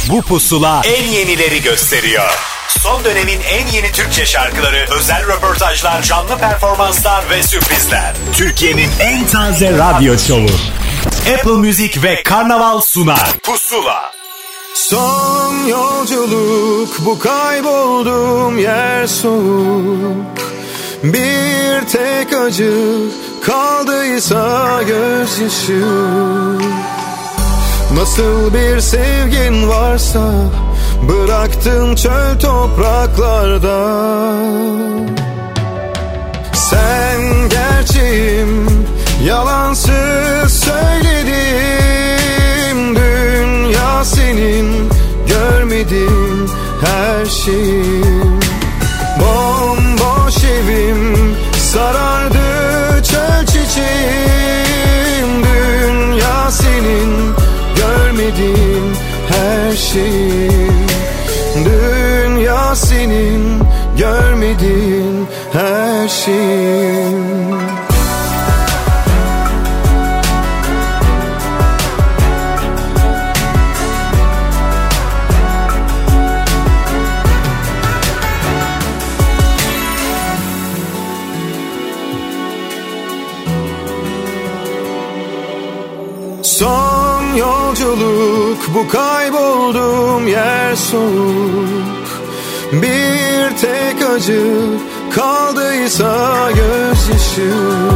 Bu pusula en yenileri gösteriyor. Son dönemin en yeni Türkçe şarkıları, özel röportajlar, canlı performanslar ve sürprizler. Türkiye'nin en taze radyo şovu. Apple Music ve Karnaval sunar. Pusula. Son yolculuk, bu kaybolduğum yer soğuk. Bir tek acı kaldıysa gözyaşı. Nasıl bir sevgin varsa bıraktın çöl topraklarda. Sen gerçeğim, yalansız söyledim. Dünya senin, görmedim her şeyim. Bomboş evim sarardı çöl çiçeğim. Dünya senin, görmedim her şeyim. Dünya senin, görmedin her şeyim. Son yolculuk, bu kaybolduğum yer soğuk. Bir tek acı kaldıysa gözyaşı.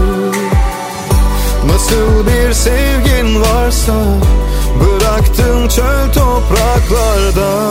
Nasıl bir sevgin varsa bıraktın çöl topraklarda.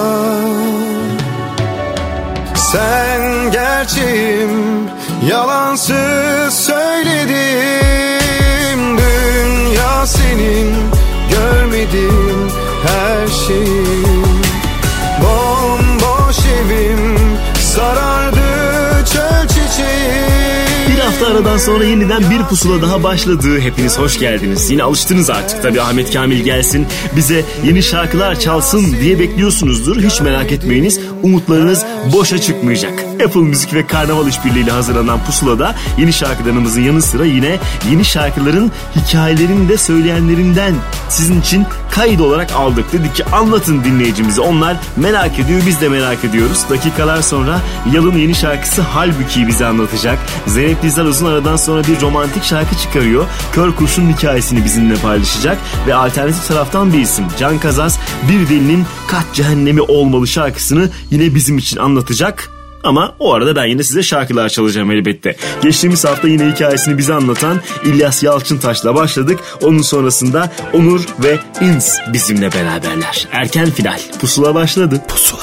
Sen gerçeğim, yalansız söyledim. Dünya senin, görmedim her şeyim. Bomboş evim sarardı çöl çiçeği. Bir hafta aradan sonra yeniden bir pusula daha başladı. Hepiniz hoş geldiniz. Yine alıştınız artık. Tabii Ahmet Kamil gelsin, bize yeni şarkılar çalsın diye bekliyorsunuzdur. Hiç merak etmeyiniz. Umutlarınız boşa çıkmayacak. Apple Music ve Karnaval işbirliğiyle hazırlanan pusulada yeni şarkılarımızın yanı sıra yine yeni şarkıların hikayelerini de söyleyenlerinden sizin için kayıt olarak aldık. Dedik ki anlatın dinleyicimize. Onlar merak ediyor, biz de merak ediyoruz. Dakikalar sonra Yalın yeni şarkısı Halbuki'yi bize anlatacak. Zeynep Dizdar uzun aradan sonra bir romantik şarkı çıkarıyor. Kör Kurşun'un hikayesini bizimle paylaşacak. Ve alternatif taraftan bir isim Can Kazaz, Bir Delinin Kat Cehennemi Olmalı şarkısını yine bizim için anlatacak. Ama o arada ben yine size şarkılar çalacağım elbette. Geçtiğimiz hafta yine hikayesini bize anlatan İlyas Yalçıntaş'la başladık. Onun sonrasında Onur ve İns bizimle beraberler. Erken final. Pusula başladı. Pusula.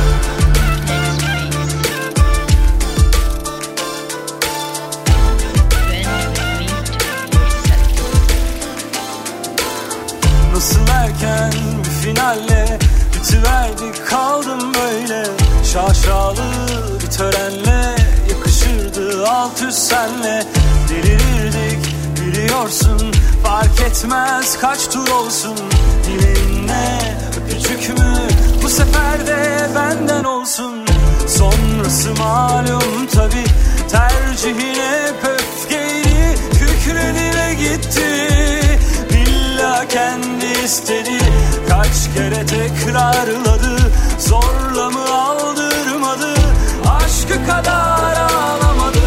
Nasıl erken bir finalle bitiverdik, kaldım böyle şaşalı bir törenle. Yakışırdı alt üst senle, delirirdik biliyorsun. Fark etmez kaç tur olsun, dileğinle öpücük mü bu sefer de benden olsun. Sonrası malum tabi, tercihine öfkeydi, kükredi ve gitti. Billa kendi istedi, kaç kere tekrarladı, zorla mı aldırmadı, aşkı kadar ağlamadı.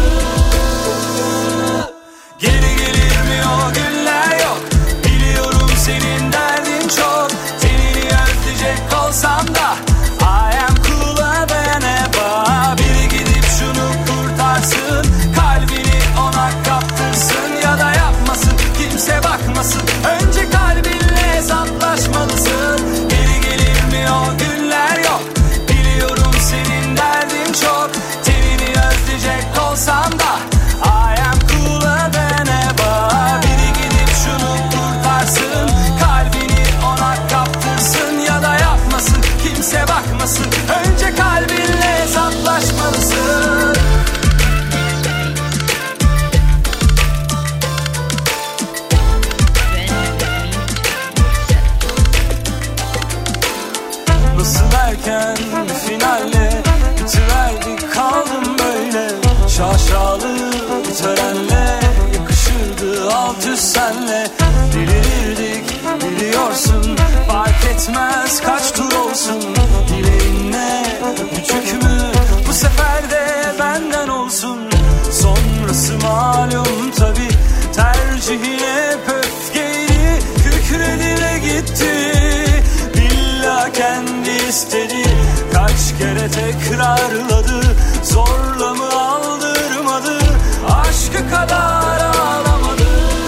Geri gelir mi o günler, yok biliyorum senin derdin çok. Tenini özleyecek olsam da I am cool'a dayanamam. Biri gidip şunu kurtarsın, kalbini ona kaptırsın ya da yapmasın, kimse bakmasın. Önce kalbinle hesaplaşmalısın. Geri gelir mi o günler, yok biliyorum senin derdin çok. Tenini özleyecek olsam da I am cool'a dayanamam. Biri gidip şunu kurtarsın, kalbini ona kaptırsın ya da yapmasın, kimse bakmasın. Önce kalbinle hesaplaşmalısın. Nasıl erken bir finalle bitiverdik, kaldım böyle şaşalı bir törenle. Yakışırdı alt üst senle, delirirdik biliyorsun. Fark etmez kaç tur olsun, kere tekrarladı. Zorla mı aldırmadı, aşkı kadar ağlamadı.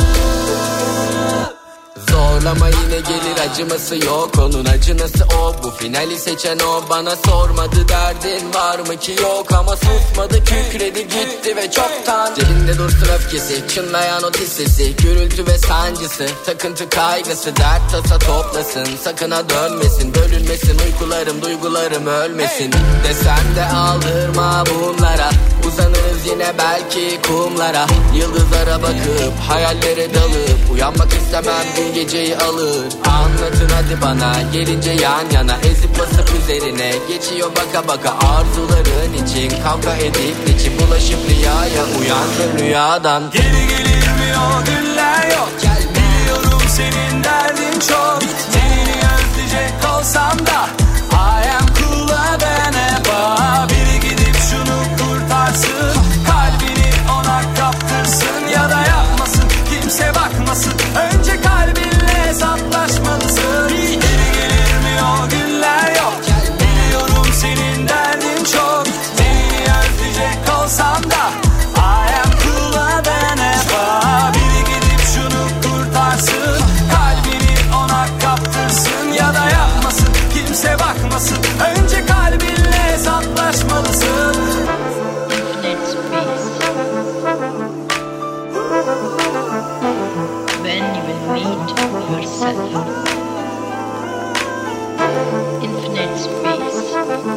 Zorlama yine gelir, acıması yok, onun acınası o. Bu finali seçen o, bana sormadı derdin var mı ki yok. Ama susmadı, kükredi gitti ve çoktan. Cebinde dursun öfkesi, çınlayan o tiz sesi, gürültü ve sancısı, takıntı kaygısı, dert tasa toplasın. Sakın ha dönmesin, bölünmesin uykularım, duygularım ölmesin. Desem de aldırma bunlara, uzanırız yine belki kumlara. Yıldızlara bakıp hayallere dalıp, uyanmak istemem gün geceyi alır. Anlatın hadi bana, gelince yan yana, ezip basıp üzerine geçiyor baka baka. Arzuların için kavga edip içi bulaşıp rüyaya, uyandım rüyadan. Geri gelir mi o günler, yok gel. Biliyorum senin derdin çok, seni özleyecek olsam da I am cool ben eba. Biri gidip şunu kurtarsın, kalbini ona kaptırsın. Ya da yapmasın, kimse bakmasın, önce kalbinle hesaplaşmalısın. Geri gelir mi o günler, yok gel. Biliyorum senin derdin çok, seni özleyecek olsam da I am cool ben eba. Biri gidip şunu kurtarsın, kalbini ona kaptırsın. Ya da yapmasın, kimse bakmasın, önce kalbinle hesaplaşmalısın. Infinite space.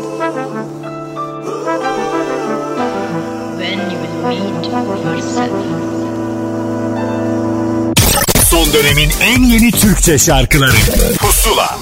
When you will meet yourself. Son dönemin en yeni Türkçe şarkıları Pusula.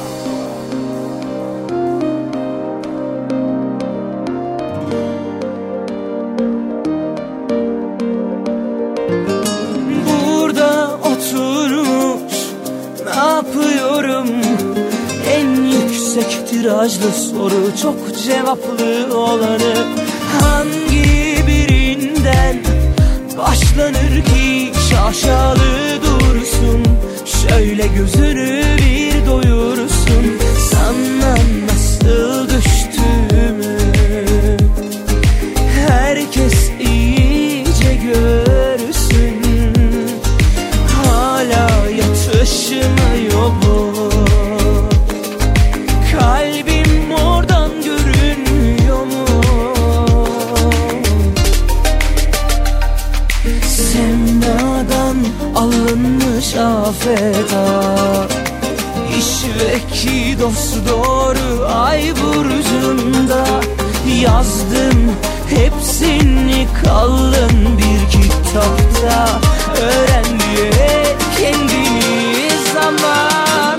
Burada oturmuş ne yapıyorum? En yüksek tirajlı soru, çok cevaplı olanı hangi birinden başlanır ki şaşalı dursun? Şöyle gözünü bir doyursun, sana nasıl düştüğümü herkes iyice görsün. Hala yatışmıyor bu, kalbim oradan görünmüyor mu? Sevdadan alınmış afeta, işveki dost doğru ay burcunda. Yazdım hepsini kalın bir kitapta, öğren diye kendini zamanla.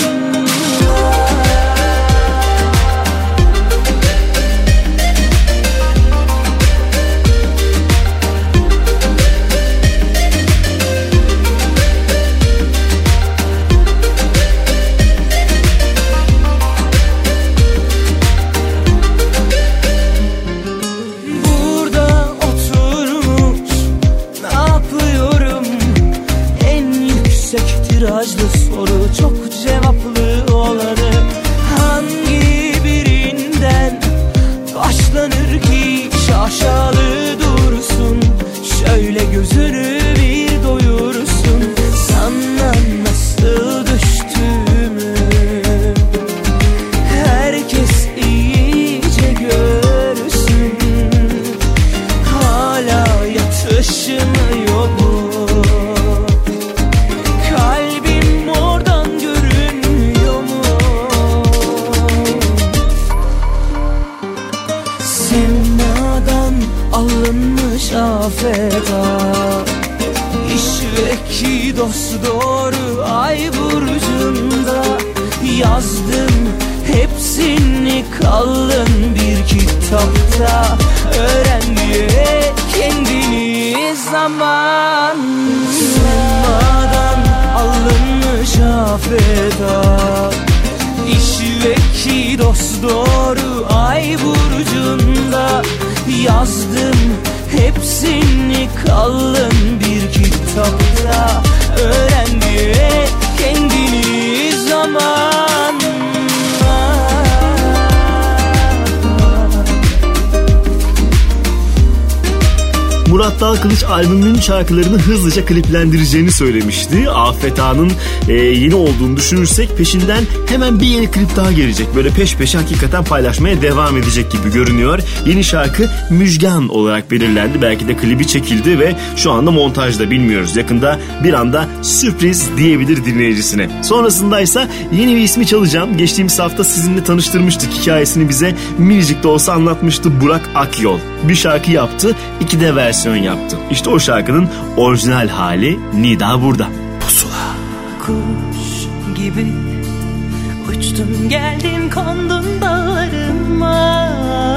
Burada oturmuş ne yapıyorum? En yüksek tirajlı soru, çok cevaplı olanı hangi birinden başlanır ki şaşalı dursun? Şöyle gözünü bir doyursun, sana nasıl düştüğümü herkes iyice görsün. Hala yatışmıyor bu, kalbim oradan görünmüyor mu? Sevdadan alınmış afeta, işveki dost doğru ay burcunda. Yazdım hepsini kalın bir kitapta, öğren diye kendini zamanla. Alınmış afeta, işveki dost doğru ay burcunda. Yazdım hepsini kalın bir kitapta, öğren diye kendini zamanla. Murat Dalkılıç albümünün şarkılarını hızlıca kliplendireceğini söylemişti. Afet Ağa'nın yeni olduğunu düşünürsek peşinden hemen bir yeni klip daha gelecek. Böyle peş peşe hakikaten paylaşmaya devam edecek gibi görünüyor. Yeni şarkı Müjgan olarak belirlendi. Belki de klibi çekildi ve şu anda montajda, bilmiyoruz. Yakında bir anda sürpriz diyebilir dinleyicisine. Sonrasındaysa yeni bir ismi çalacağım. Geçtiğimiz hafta sizinle tanıştırmıştık. Hikayesini bize minicik de olsa anlatmıştı Burak Akyol. Bir şarkı yaptı, 2 de versiyon yaptı. İşte o şarkının orijinal hali Nida burada. Pusula. Kuş gibi uçtun geldin kondun dağlarıma,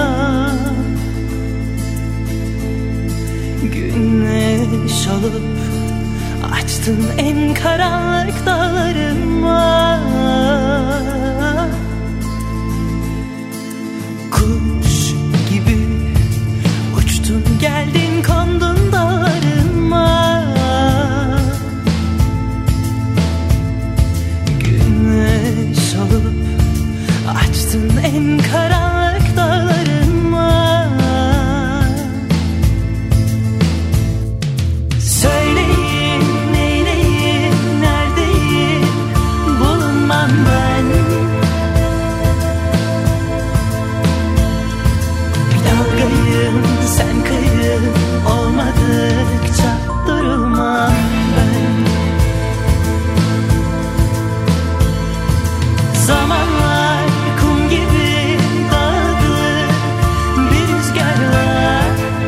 güneş olup açtın en karanlık dağlarıma. Kuş gibi uçtun geldin kondun dağlarıma, güneş olup açtın en karanlık dağlarıma. Söyleyin neyleyim, neredeyim, bulunmam ben. Bir dalgayım, sen kıyı olmadıkça durulmam ben. Zamanlar kum gibi dağıldı bir rüzgarla.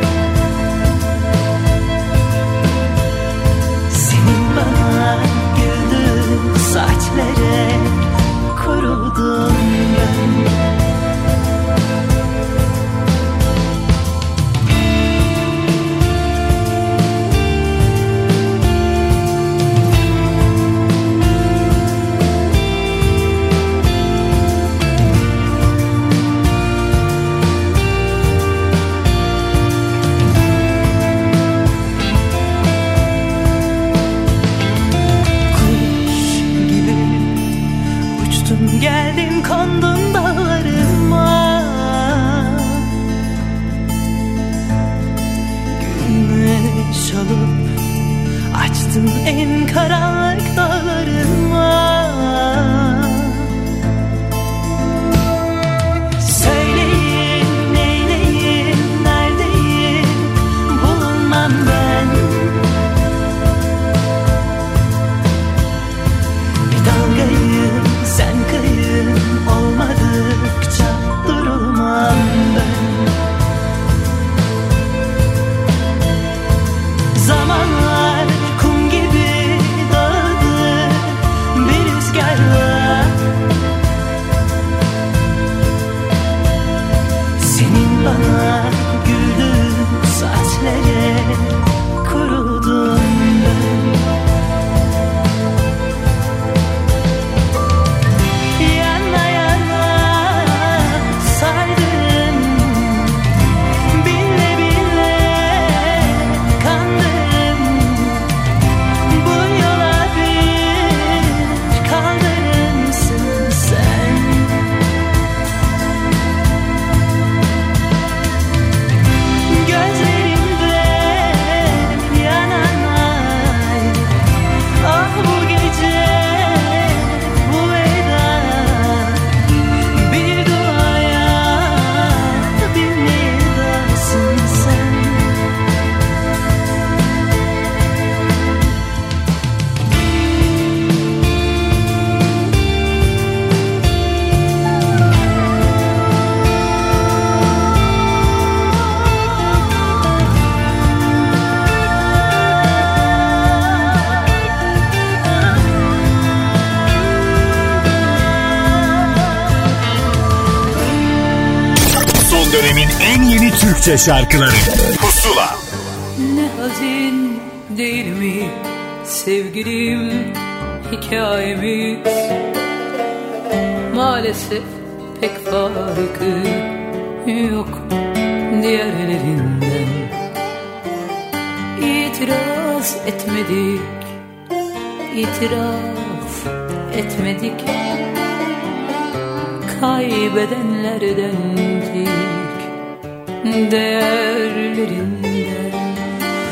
Senin bana güldüğün saatlere kuruldum ben. Geldin kondun dağlarıma, güneş olup açtın en karanlık dağlarıma. Söyleyin neyleyim, neredeyim, bulunmam ben. Bir dalgayım, sen kıyın olmadıkça durulmam ben. Zamanlar kum gibi dağıldı bir rüzgarla. Senin bana güldüğün saatlere kuruldum ben. Dönemin en yeni Türkçe şarkıları Pusula. Ne hazin değil mi sevgilim hikayemiz, maalesef pek farkı yok diğerlerinden. İtiraz etmedik, itiraf etmedik, kaybedenlerdendik değerlerinden.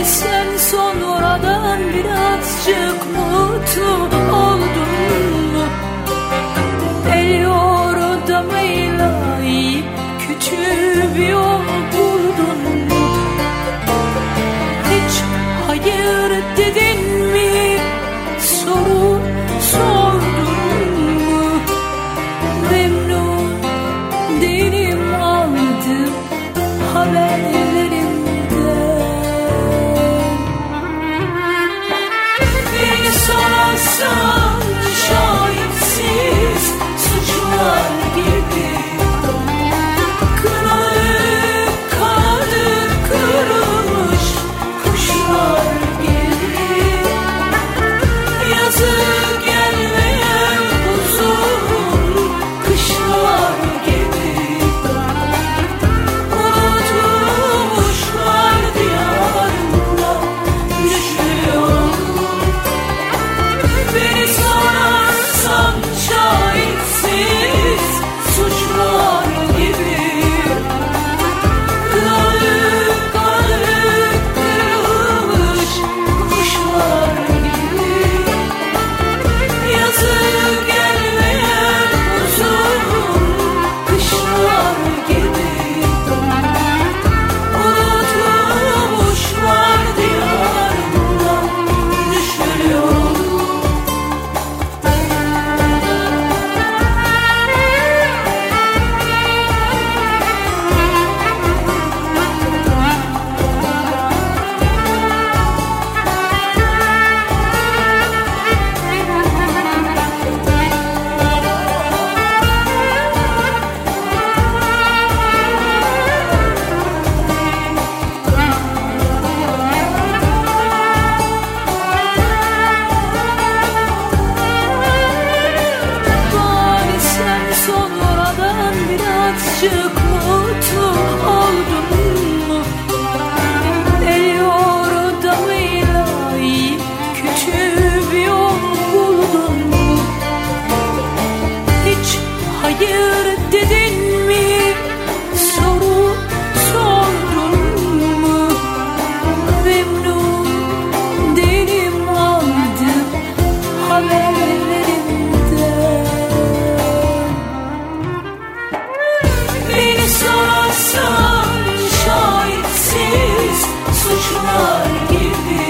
Bari sen sonradan birazcık mutlu oldun mu? El yordamıyla yiyip küçük bir yol buldun mu? Hiç hayır dedin mi? Soru sordun mu? Memnun değilim aldım haberlerimden. Beni sorarsan şahitsiz suçlar gibi, kınalı kanadı kırılmış kuşlar gibi, yazı gelmeyen uzun kışlar gibi, unutulmuşlar diyarında düşüyorum. Beni sorarsan şahitsiz suçlar gibi, kınalı kanadı kırılmış kuşlar gibi, yazı gelmeyen uzun kışlar gibi, unutulmuşlar diyarında düşüyorum. Bari sen sonradan birazcık mutlu oldun mu? El yordamıyla yiyip küçük bir yol buldun mu? Hiç hayır dedin mi? Soru sordun mu? Memnun değilim aldım haberlerimden. Beni sorarsan şahitsiz suçlar gibi,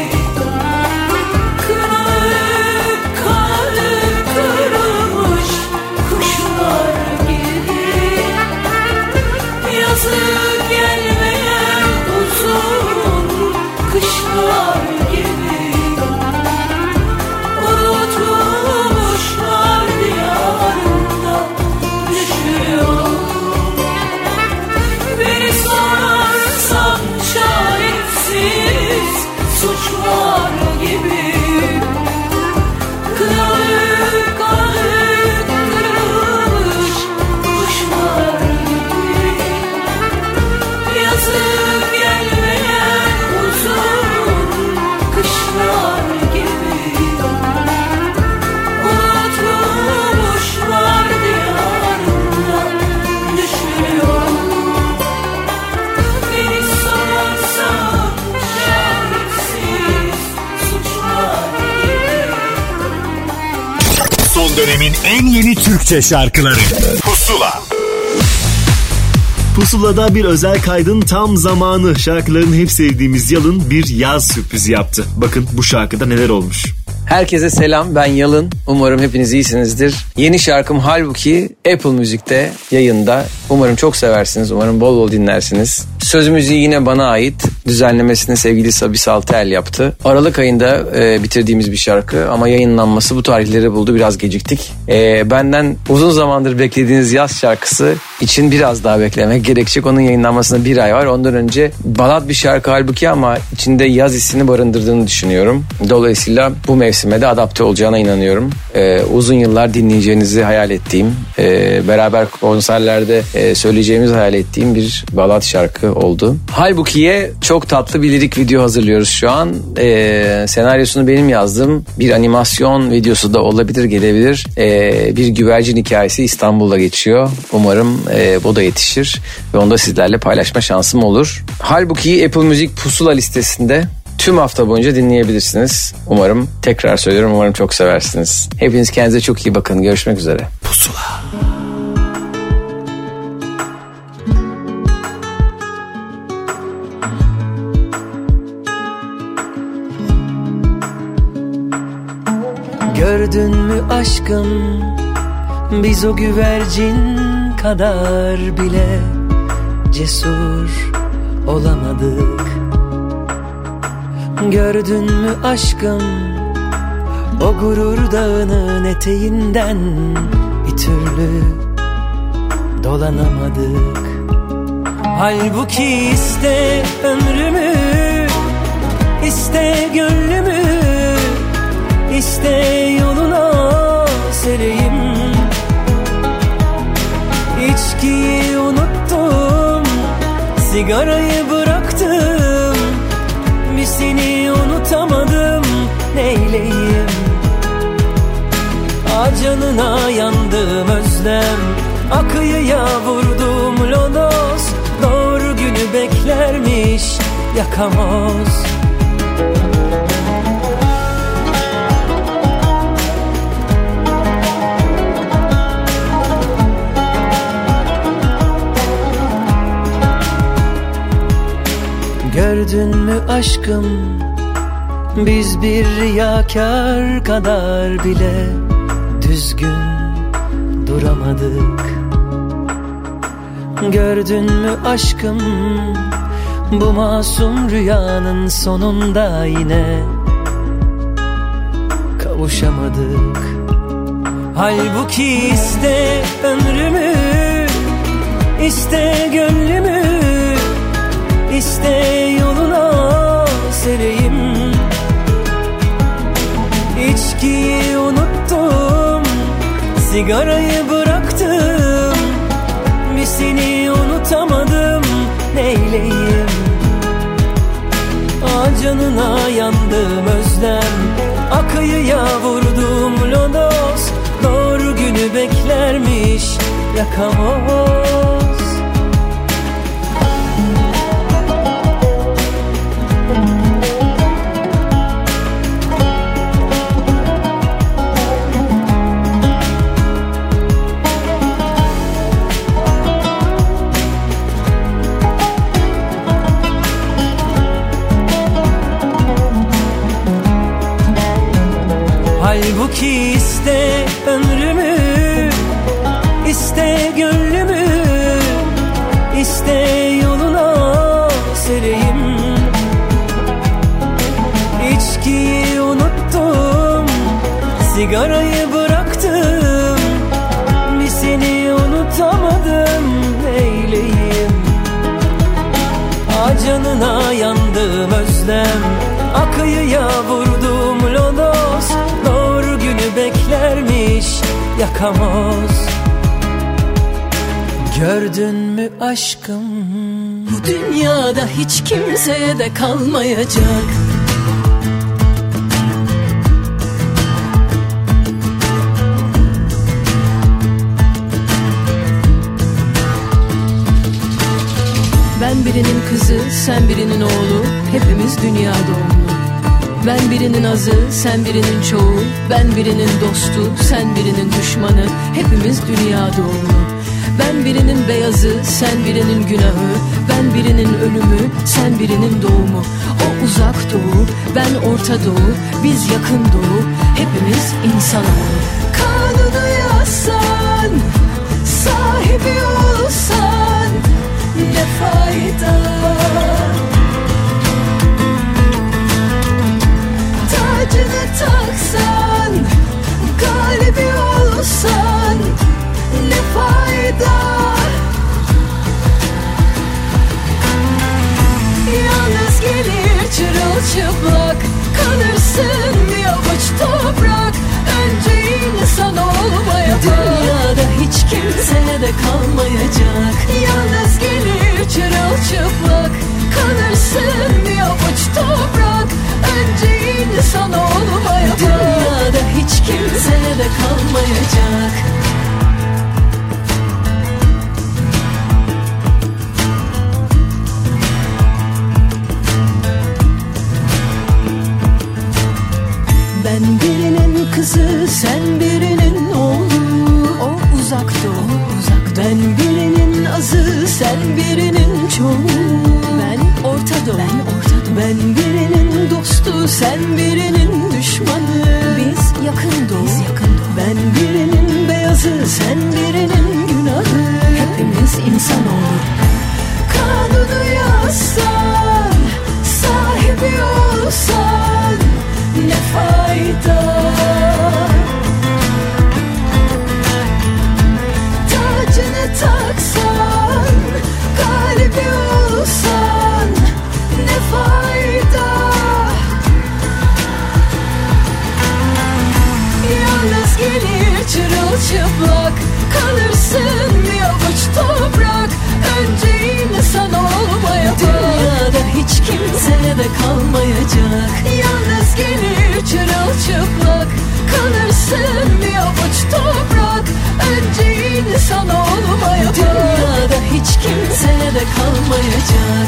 kınalı kanadı kırılmış kuşlar gibi, yazı gelmeyen uzun kışlar gibi, unutulmuşlar diyarında düşüyorum. Beni sorarsan şahitsiz suçlar gibi, kınalı kanadı kırılmış kuşlar gibi, yazı gelmeyen uzun kışlar gibi, unutulmuşlar diyarında düşüyorum. Beni sorarsan şahitsiz suçlar gibi. Son dönemin en yeni Türkçe şarkıları Pusula. Pusula'da bir özel kaydın tam zamanı. Şarkıların hep sevdiğimiz Yalın bir yaz sürprizi yaptı. Bakın bu şarkıda neler olmuş. Herkese selam, ben Yalın. Umarım hepiniz iyisinizdir. Yeni şarkım Halbuki Apple Müzik'te yayında. Umarım çok seversiniz, umarım bol bol dinlersiniz. Söz müziği yine bana ait. Düzenlemesini sevgili Sabi Saltel yaptı. Aralık ayında bitirdiğimiz bir şarkı ama yayınlanması bu tarihleri buldu. Biraz geciktik. Benden uzun zamandır beklediğiniz yaz şarkısı için biraz daha beklemek gerekecek. Onun yayınlanmasına 1 ay var. Ondan önce balat bir şarkı Halbuki ama içinde yaz hissini barındırdığını düşünüyorum. Dolayısıyla bu mevsime de adapte olacağına inanıyorum. Uzun yıllar dinleyeceğinizi hayal ettiğim, beraber konserlerde söyleyeceğimizi hayal ettiğim bir balat şarkı oldu. Halbuki'ye çok tatlı bir lirik video hazırlıyoruz şu an. Senaryosunu benim yazdım. Bir animasyon videosu da olabilir, gelebilir. Bir güvercin hikayesi İstanbul'da geçiyor. Umarım bu da yetişir ve onu da sizlerle paylaşma şansım olur. Halbuki Apple Müzik Pusula listesinde tüm hafta boyunca dinleyebilirsiniz. Umarım, tekrar söylüyorum, umarım çok seversiniz. Hepiniz kendinize çok iyi bakın. Görüşmek üzere. Pusula. Gördün mü aşkım, biz o güvercin kadar bile cesur olamadık. Gördün mü aşkım, o gurur dağının eteğinden bir türlü dolanamadık. Halbuki iste ömrümü, iste gönlümü, İste yoluna sereyim. İçkiyi unuttum, sigarayı bıraktım, bir seni unutamadım, neyleyim? Canına yandım özlem, akıyıya vurdum lodos, doğru günü beklermiş yakamoz. Gördün mü aşkım, biz bir riyakâr kadar bile düzgün duramadık. Gördün mü aşkım, bu masum rüyanın sonunda yine kavuşamadık. Halbuki iste ömrümü, iste gönlümü, İste yoluna sereyim. İçkiyi unuttum, sigarayı bıraktım, bir seni unutamadım, neyleyim? Canına yandım özlem, akıyıya vurdum lodos, doğru günü beklermiş yakamoz. Halbuki iste ömrümü, iste gönlümü, iste yoluna sereyim. İçkiyi unuttum, sigarayı bıraktım, bir seni unutamadım, neyleyim? Canına yandım özlem, akıyıya vurdum lodos, doğru günü beklermiş yakamoz. Gördün mü aşkım, bu dünyada hiç kimseye de kalmayacak. Ben birinin kızı, sen birinin oğlu, hepimiz dünya doğumlu. Ben birinin azı, sen birinin çoğu, ben birinin dostu, sen birinin düşmanı, hepimiz dünya doğumlu. Ben birinin beyazı, sen birinin günahı, ben birinin ölümü, sen birinin doğumu. O uzak doğu, ben orta doğu, biz yakın doğu, hepimiz insanoğlu. Kanunu yazsan, sahibi olsan ne fayda? Tacını taksan, galibi olsan ne fayda? Yalnız gelir çırılçıplak, kalırsın bir avuç toprak. Önce insan olmaya bak. Dünyada hiç kimseye de kalmayacak. Yalnız gelir çırılçıplak, kalırsın bir avuç toprak. Önce insan olmaya bak. Dünyada hiç kimseye de kalmayacak. Ben birinin azı, sen birinin çoğu. Ben Orta Doğu. Ben birinin dostu, sen birinin düşmanı. Biz yakın doğu. Ben birinin beyazı, sen birinin günahı. Hepimiz insanoğlu. Kanunu yazsan, sahibi olsan ne fayda? Tacını taksan, galibi olsan ne fayda? Yalnız gelir çırılçıplak, kalırsın bir avuç toprak. Önce insan olmayacak, dünyada hiç kimse de kalmayacak. Yalnız gelir çırılçıplak, kalırsın bir avuç toprak. Önce insan olmayacak, dünyada hiç kimse de kalmayacak.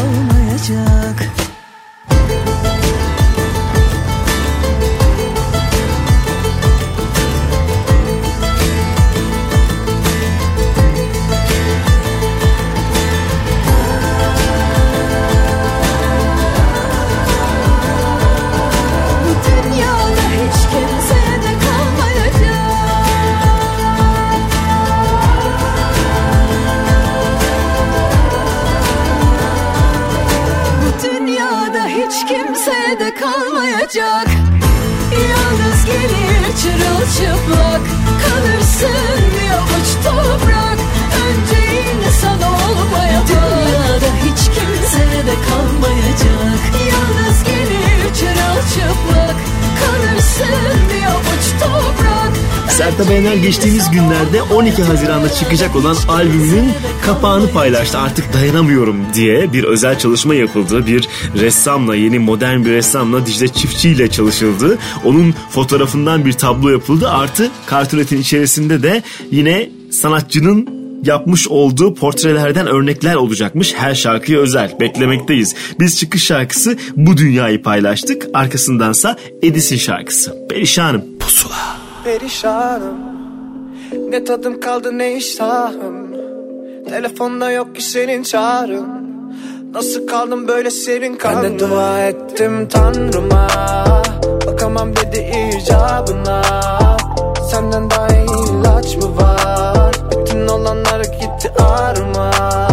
Kalmayacak. Yalnız gelir çırılçıplak, kalırsın bir avuç toprak. Önce insan olmayacak, dünyada hiç kimse de kalmayacak. Yalnız gelir çırılçıplak, kalırsın bir avuç toprak. Sertab Erener geçtiğimiz günlerde 12 Haziran'da çıkacak olan albümünün kapağını paylaştı. Artık dayanamıyorum diye bir özel çalışma yapıldı. Bir ressamla, yeni modern bir ressamla, Dicle Çiftçi ile çalışıldı. Onun fotoğrafından bir tablo yapıldı. Artı kartonetin içerisinde de yine sanatçının yapmış olduğu portrelerden örnekler olacakmış. Her şarkıya özel. Beklemekteyiz. Biz çıkış şarkısı Bu Dünyayı paylaştık. Arkasındansa Edis'in şarkısı Perişanım. Pusula. Perişanım, ne tadım kaldı ne iştahım. Telefonda yok ki senin çağrın. Nasıl kaldım böyle serin kanlı? Ben de dua ettim Tanrıma, bakamam dedi icabına. Senden daha iyi ilaç mı var? Bütün olanlar gitti ağrıma.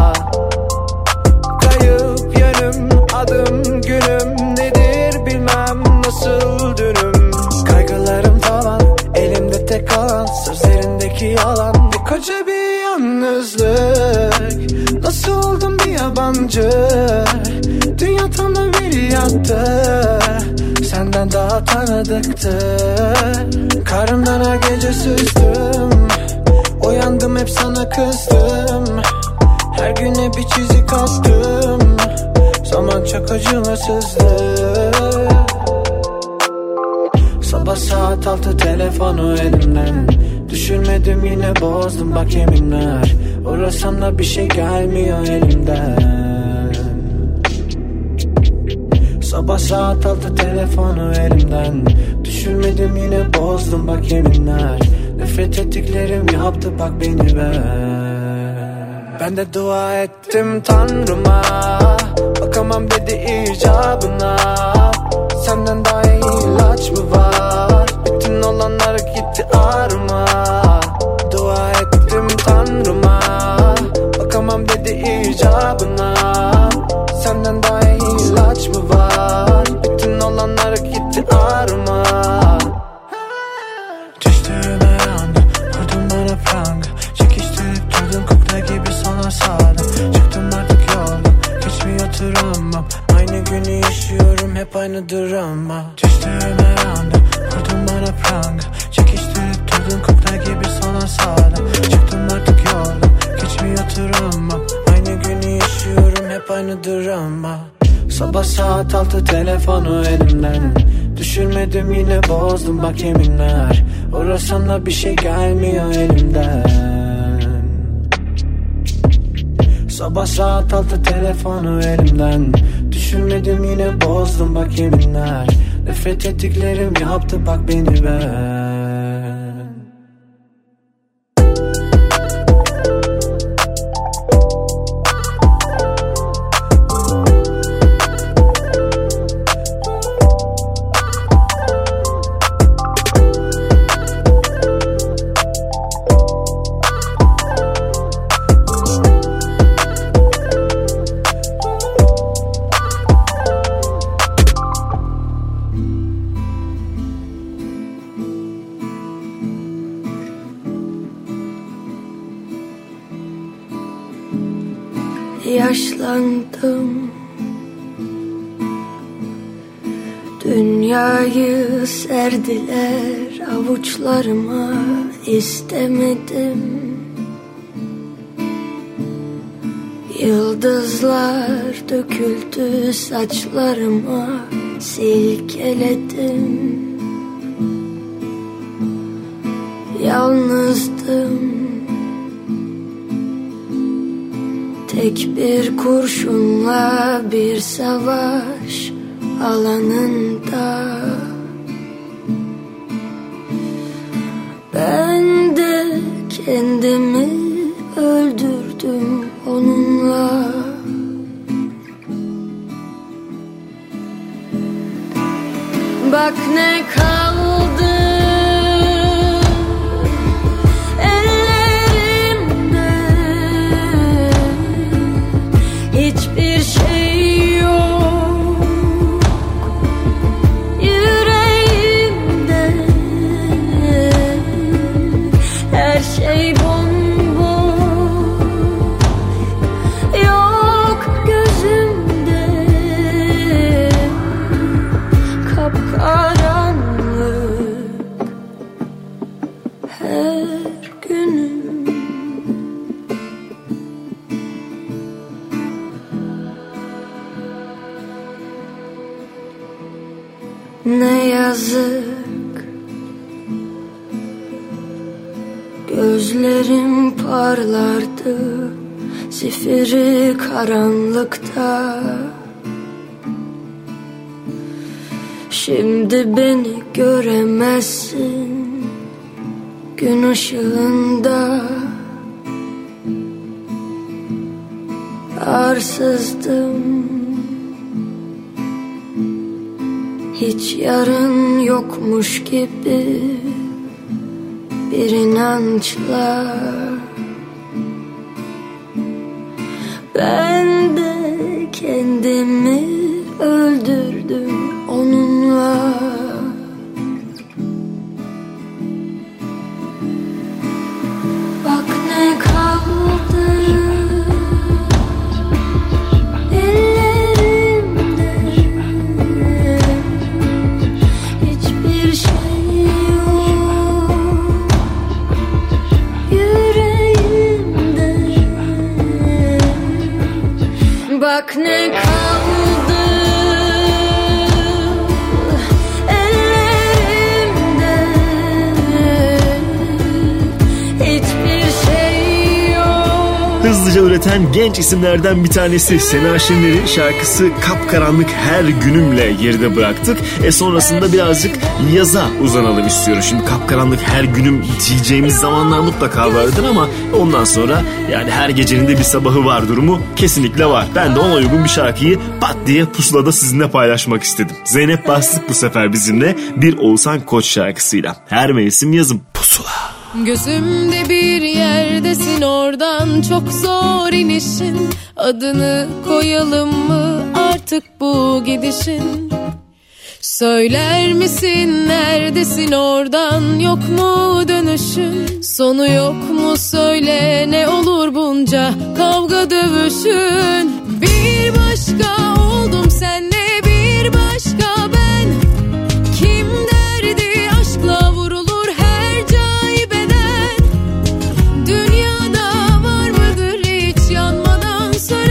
Kayıp yönüm, adım günüm nedir bilmem, nasıl dünüm. Kaygılarım tavan, elimde tek kalan sözlerindeki yalan. Bir koca bir yalnızlık, nasıl oldum bir yabancı. Dünya tam da bir yattı, senden daha tanıdıktı. Karımdan her gece süzdüm, uyandım hep sana kızdım. Her güne bir çizik attım, zaman çok acımasızdı. Sabah saat 6 telefonu elimden düşürmedim, yine bozdum bak yeminler. Uğrasam da bir şey gelmiyor elimden. Sabah saat 6 telefonu elimden düşürmedim, yine bozdum bak yeminler. Nefret ettiklerim yaptı bak beni ver. Ben de dua ettim Tanrıma, bakamam dedi icabına. Senden daha iyi ilaç mı var? Bütün olanlar gitti ağrıma. Dua ettim Tanrıma, bakamam dedi icabına. Senden daha iyi ilaç mı var? Bütün olanlar gitti ağrıma. Düştüğüme anda vurdun bana pranga. Çekiştirip durdun kukla gibi sana sağdım. Çıktım artık yoldan, geçmiyor travmam. Aynı günü yaşıyorum hep aynı drama. Düştüğüme anda vurdun bana pranga. Çekiştirip durdun kukla gibi sana sağdım. Çıktım artık yoldan, geçmiyor travmam. Aynı günü yaşıyorum hep aynı drama. Sabah saat 6 telefonu elimden düşürmedim, yine bozdum bak yeminler. Uğrasam da bir şey gelmiyor elimden. Sabah saat 6 telefonu elimden düşürmedim, yine bozdum bak yeminler. Nefret ettiklerim yaptı bak beni ben. yaşlandım. Dünyayı serdiler avuçlarıma, istemedim. Yıldızlar döküldü saçlarıma, silkeledim. Yalnızdım. Tek bir kurşunla bir savaş alanında. Ben de kendimi öldürdüm onunla. Bak ne kaldı ellerimde, hiçbir şey yok yüreğimde. Her şey bomboş, yok gözümde. Kapkaranlık her günüm. Ne yazık, gözlerim parlardı zifiri karanlıkta. Şimdi beni göremezsin gün ışığında. Arsızdım, hiç yarın yokmuş gibi bir inançla. Ben de kendimi öldürdüm onunla. Bak ne kaldı ellerimde, hiçbir şey yok yüreğimde. Bak ne kaldı ellerimde, hiçbir şey yok. Hızlıca üreten genç isimlerden bir tanesi Sena Şener'in şarkısı Kapkaranlık Her Günümle geride bıraktık. Sonrasında birazcık yaza uzanalım istiyorum. Şimdi kapkaranlık her günüm diyeceğimiz zamanlar mutlaka vardır ama ondan sonra yani her gecenin de bir sabahı var durumu kesinlikle var. Ben de ona uygun bir şarkıyı pat diye pusulada sizinle paylaşmak istedim. Zeynep Bastık bu sefer bizimle bir Oğuzhan Koç şarkısıyla. Her mevsim yazım pusula. Gözümde bir yerdesin, oradan çok zor inişin. Adını koyalım mı artık bu gidişin? Söyler misin neredesin, oradan yok mu dönüşün? Sonu yok mu söyle, ne olur bunca kavga dövüşün? Bir başka oldum senle, bir başka ben. Kim derdi aşkla vurulur her caibeden? Dünyada var mıdır hiç yanmadan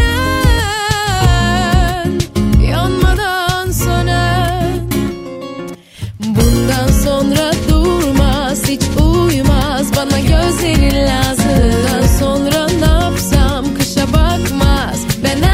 sönen, yanmadan sönen? Bundan sonra durmaz, hiç uymaz, bana gözlerin lazım. Bundan sonra ne yapsam kışa bakmaz, ben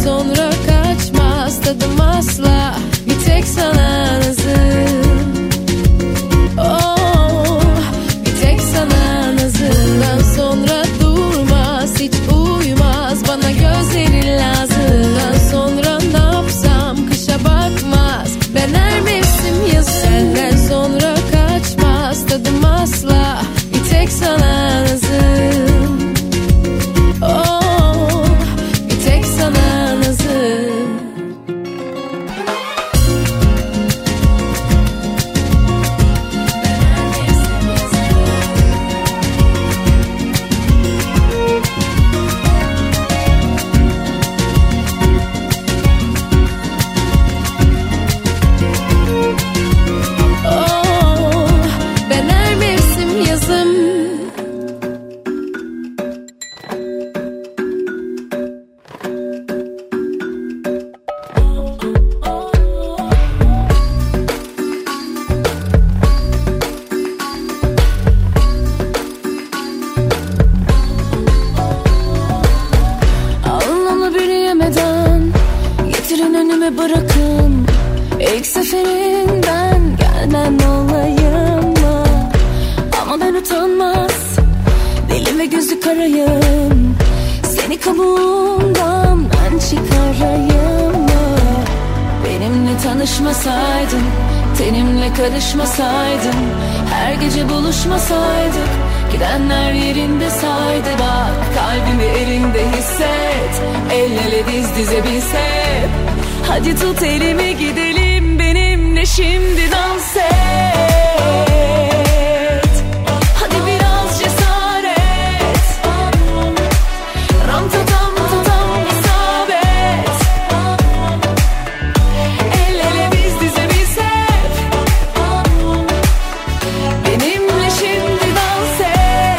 sonra kaçmaz tadım asla. Bir tek sana nazım. Oh, bir tek sana nazım. Ben sonra durmaz, hiç uyumaz, bana gözlerin lazım. Ben sonra ne yapsam kışa bakmaz, ben her mevsim yazım. Senden sonra kaçmaz tadım asla. Bir tek sana nazım. Oh, bir tek sana nazım. Oh, ben her mevsim yazım. Anlamlı bir yemeden getirin önüme bırakın. İlk seferinden gelmem olayım mı? Ama ben utanmaz, deli ve gözü karayım. Seni kabuğumdan ben çıkarayım mı? Benimle tanışmasaydın, tenimle karışmasaydın, her gece buluşmasaydık, gidenler yerinde saydı. Bak kalbimi elinde hisset, el ele diz dize biz hep. Hadi tut elimi gidelim benimle şimdi dans et. Hadi biraz cesaret, ram ta tam ta tam isabet. El ele biz dize biz hep, benimle şimdi dans et.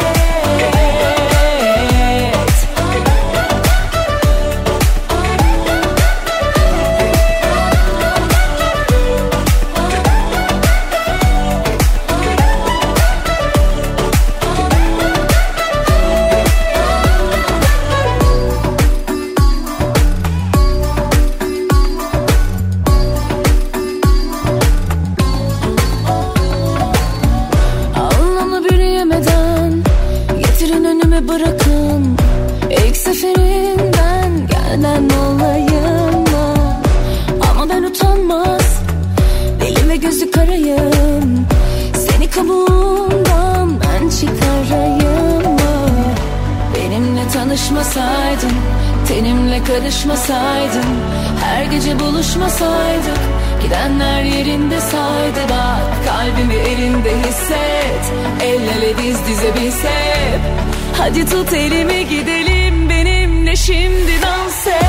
Anlamlı bir yemeden getirin önüme bırakın. İlk seferinden gelmem olayım mı? Ama ben utanmaz, deli ve gözü karayım. Seni kabuğumdan ben çıkarayım mı? Benimle tanışmasaydın, tenimle karışmasaydın, her gece buluşmasaydık, gidenler yerinde saydı. Bak kalbimi elinde hisset, el ele diz dize biz hep. Hadi tut elimi gidelim benimle şimdi dans et.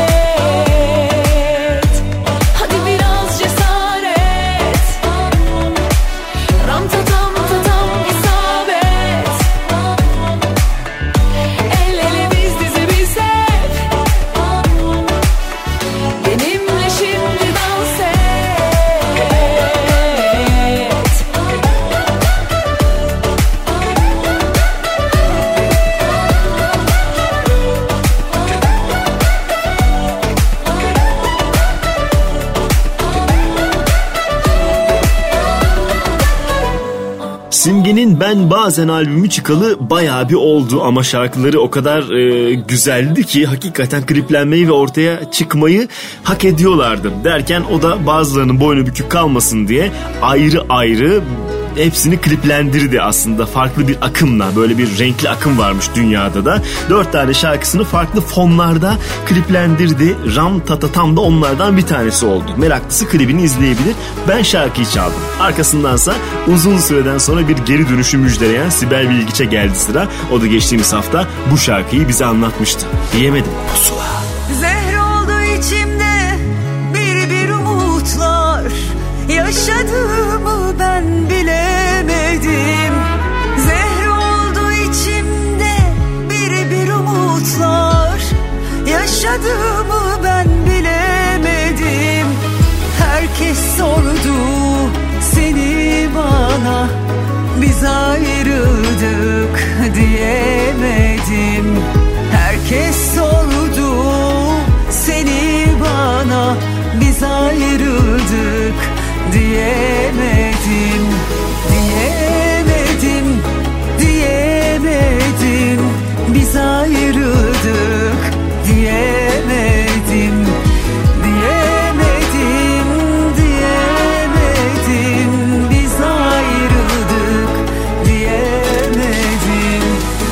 Hadi biraz cesaret, ram ta tam ta tam isabet. El ele diz dize biz hep, benimle şimdi dans et. Simge'nin Ben Bazen albümü çıkalı bayağı bir oldu ama şarkıları o kadar güzeldi ki hakikaten kliplenmeyi ve ortaya çıkmayı hak ediyorlardı. Derken o da bazılarının boynu bükük kalmasın diye ayrı ayrı hepsini kliplendirdi aslında farklı bir akımla. Böyle bir renkli akım varmış dünyada da. 4 tane şarkısını farklı fonlarda kliplendirdi. Ram Tatatam da onlardan bir tanesi oldu. Meraklısı klibini izleyebilir. Ben şarkıyı çaldım. Arkasındansa uzun süreden sonra bir geri dönüşü müjdeleyen Sibel Bilgiç'e geldi sıra. O da geçtiğimiz hafta bu şarkıyı bize anlatmıştı. Diyemedim. Pusula. Zehir oldu içimde bir umutlar, yaşadığımı ben bilemedim. Zehir oldu içimde bir umutlar, yaşadığımı ben bilemedim. Herkes sordu seni bana, biz ayrıldık diyemedim. Herkes sordu seni biz ayrıldık diyemedim, diyemedim, diyemedim, biz ayrıldık diyemedim, diyemedim, diyemedim, biz ayrıldık diyemedim.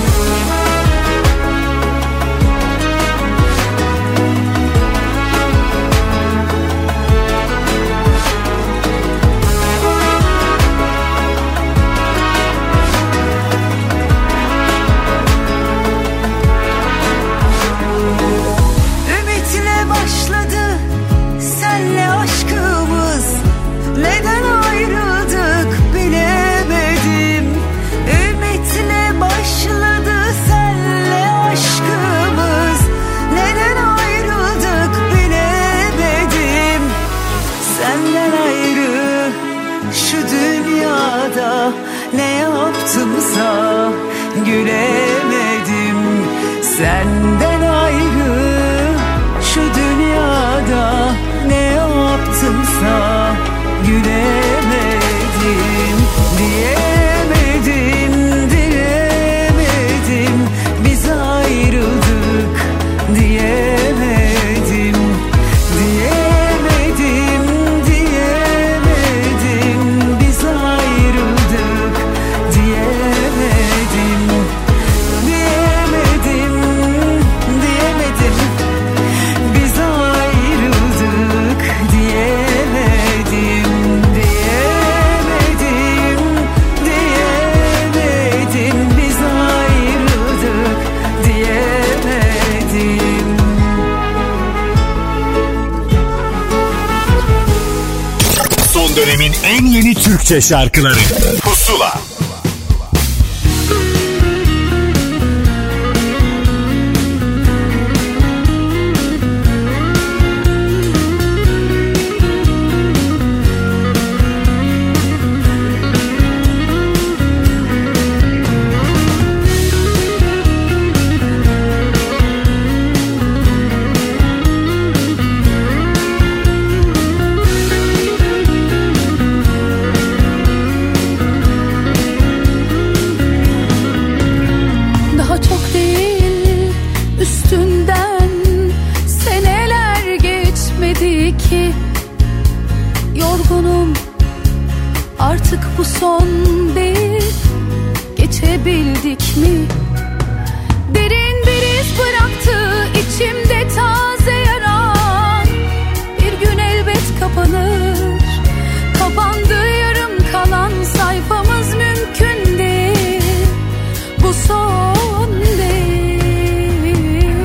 Ümitle başladı senle aşkımız, neden ayrıldık bilemedim. Ümitle başladı senle aşkımız, neden ayrıldık bilemedim. Senden ayrı şu dünyada ne yaptımsa gülemedim. Senden ayrı şu dünyada ne yaptımsa gülemedim, diyemedim, diyemedim, biz ayrıldık diyemedim, diyemedim, diyemedim, biz ayrıldık diyemedim, diyemedim, diyemedim, biz ayrıldık diyemedim, diyemedim, diyemedim, biz ayrıldık diyemedim. Son dönemin en yeni Türkçe şarkıları Pusula. Daha çok değil üstünden seneler geçmedi ki. Yorgunum artık, bu son değil, geçebildik mi? Derin bir iz bıraktı içimde taze yaran. Bir gün elbet kapanır, kapandı yarım kalan sayfamız, mümkün değil, bu son değil.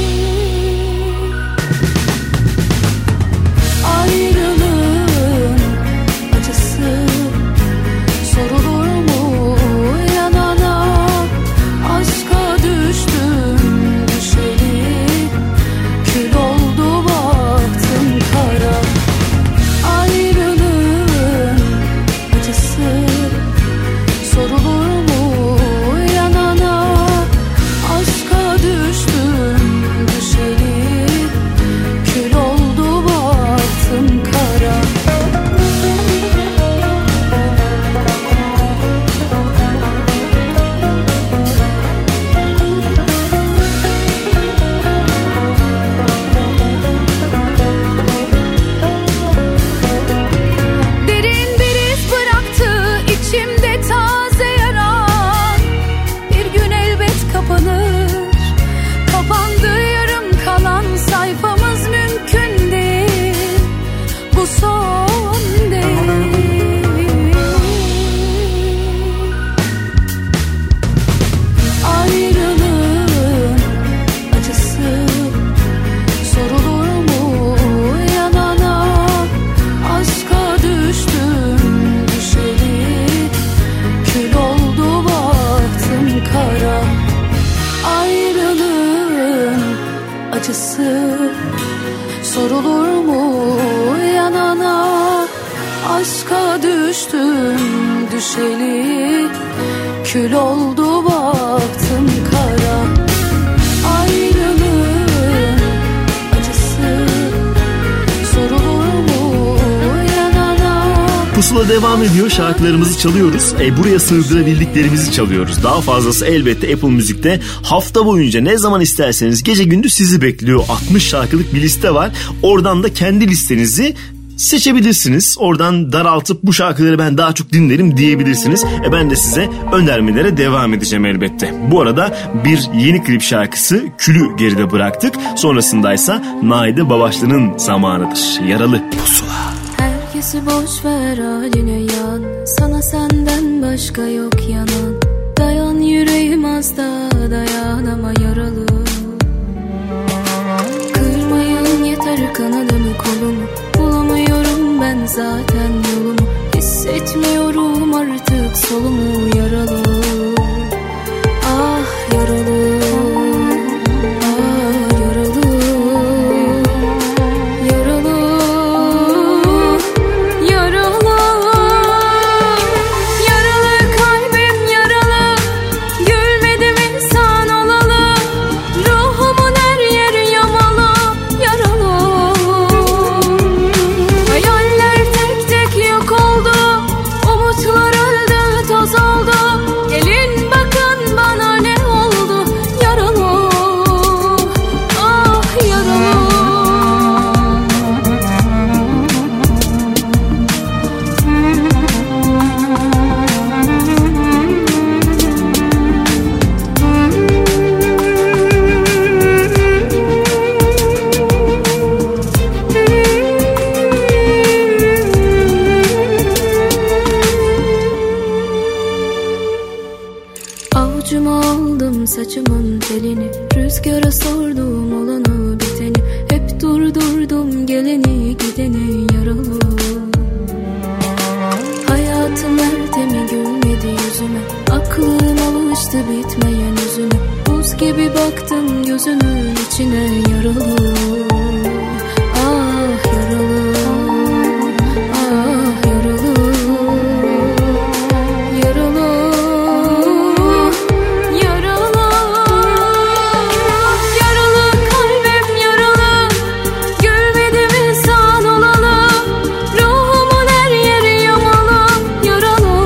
Ayrılığın acısı sorulur mu yanana? Aşka düştüm düşeli, kül oldu baktım kara. Ayrılığın acısı sorulur mu yanana? Aşka düştüm düşeli, kül oldu baktım kara. Derin bir iz bıraktı içimde taze yaran. Bir gün elbet kapanır, kapandı yarım kalan sayfamız, mümkün değil, bu son değil. Ayrılığın acısı sorulur mu yanana? Aşka düştüm düşeli, kül oldu baktım kara. Ayrılığın acısı sorulur mu yanana? Aşka düştüm düşeli, kül oldu baktım kara. Ayrılığın acısı sorulur Pusula devam ediyor. Şarkılarımızı çalıyoruz. Buraya sığdırabildiklerimizi çalıyoruz. Daha fazlası elbette Apple Müzik'te hafta boyunca ne zaman isterseniz gece gündüz sizi bekliyor. 60 şarkılık bir liste var. Oradan da kendi listenizi seçebilirsiniz. Oradan daraltıp bu şarkıları ben daha çok dinlerim diyebilirsiniz. Ben de size önermelere devam edeceğim elbette. Bu arada bir yeni klip şarkısı Kül'ü geride bıraktık. Sonrasındaysa Naide Babaşlı'nın zamanıdır. Yaralı Pusula. Herkesi boş ver haline yan. Sana senden başka yok yanan. Dayan yüreğim az da dayan ama yaralı. Kırmayın yeter kanadımı kolumu. Bulamıyorum ben zaten yolumu. Hissetmiyorum artık solumu yaralı. Ah yaralı. Ah yaralı. Yaralı. Yaralı. Yaralı kalbim yaralı. Gülmedim insan olalı. Ruhumun her yeri yamalı. Yaralı. Hayaller tek tek yok oldu. Umutlar öldü toz oldu. Gelin bakın bana ne oldu. Yaralı. Ah yaralı. Avucuma aldım saçımın telini. Rüzgara sordum olanı biteni. Hep durdurdum geleni gideni yaralı. Hayatım nerede mi gülmedi yüzüme. Aklım alıştı bitmeyen yüzüne. Buz gibi baktım gözümün içine yaralı. Ah yaralı. Ah yaralı. Yaralı. Yaralı. Yaralı kalbim yaralı. Gülmedim insan olalı. Ruhumun her yeri yamalı. Yaralı.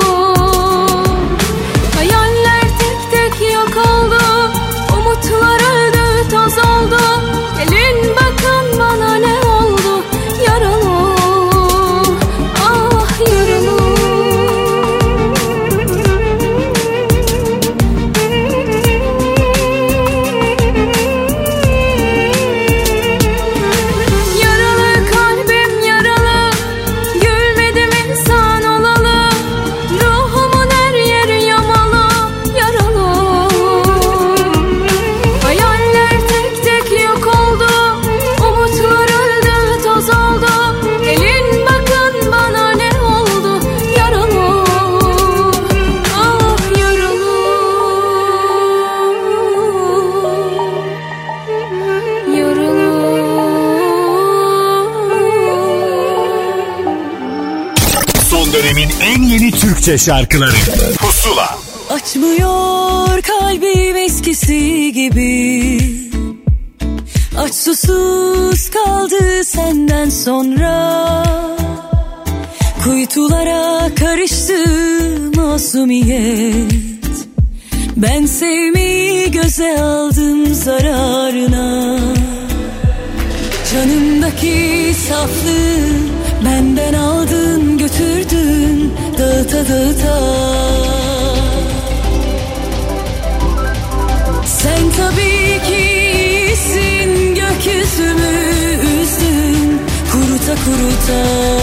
Hayaller tek tek yok oldu. Umutlar öldü toz oldu. Gelin bakın bana ne oldu. Yaralı. Ah yaralı. Yaralı kalbim yaralı. Gülmedim insan olalı. Ruhumun her yeri yamalı. Yaralı. Hayaller tek tek yok oldu. Umutlar öldü toz oldu. Gelin bakın bana ne oldu. Yaralı. Ah yaralı. Son dönemin en yeni Türkçe şarkıları Pusula. Açmıyor kalbim eskisi gibi. Aç susuz kaldı senden sonra. Kuytulara karıştı masumiyet. Ben sevmeyi göze aldım zararına. Canımdaki saflığı benden aldın götürdün dağıta dağıta. Sen tabii ki iyisin, gökyüzümü üzdün kuruta kuruta.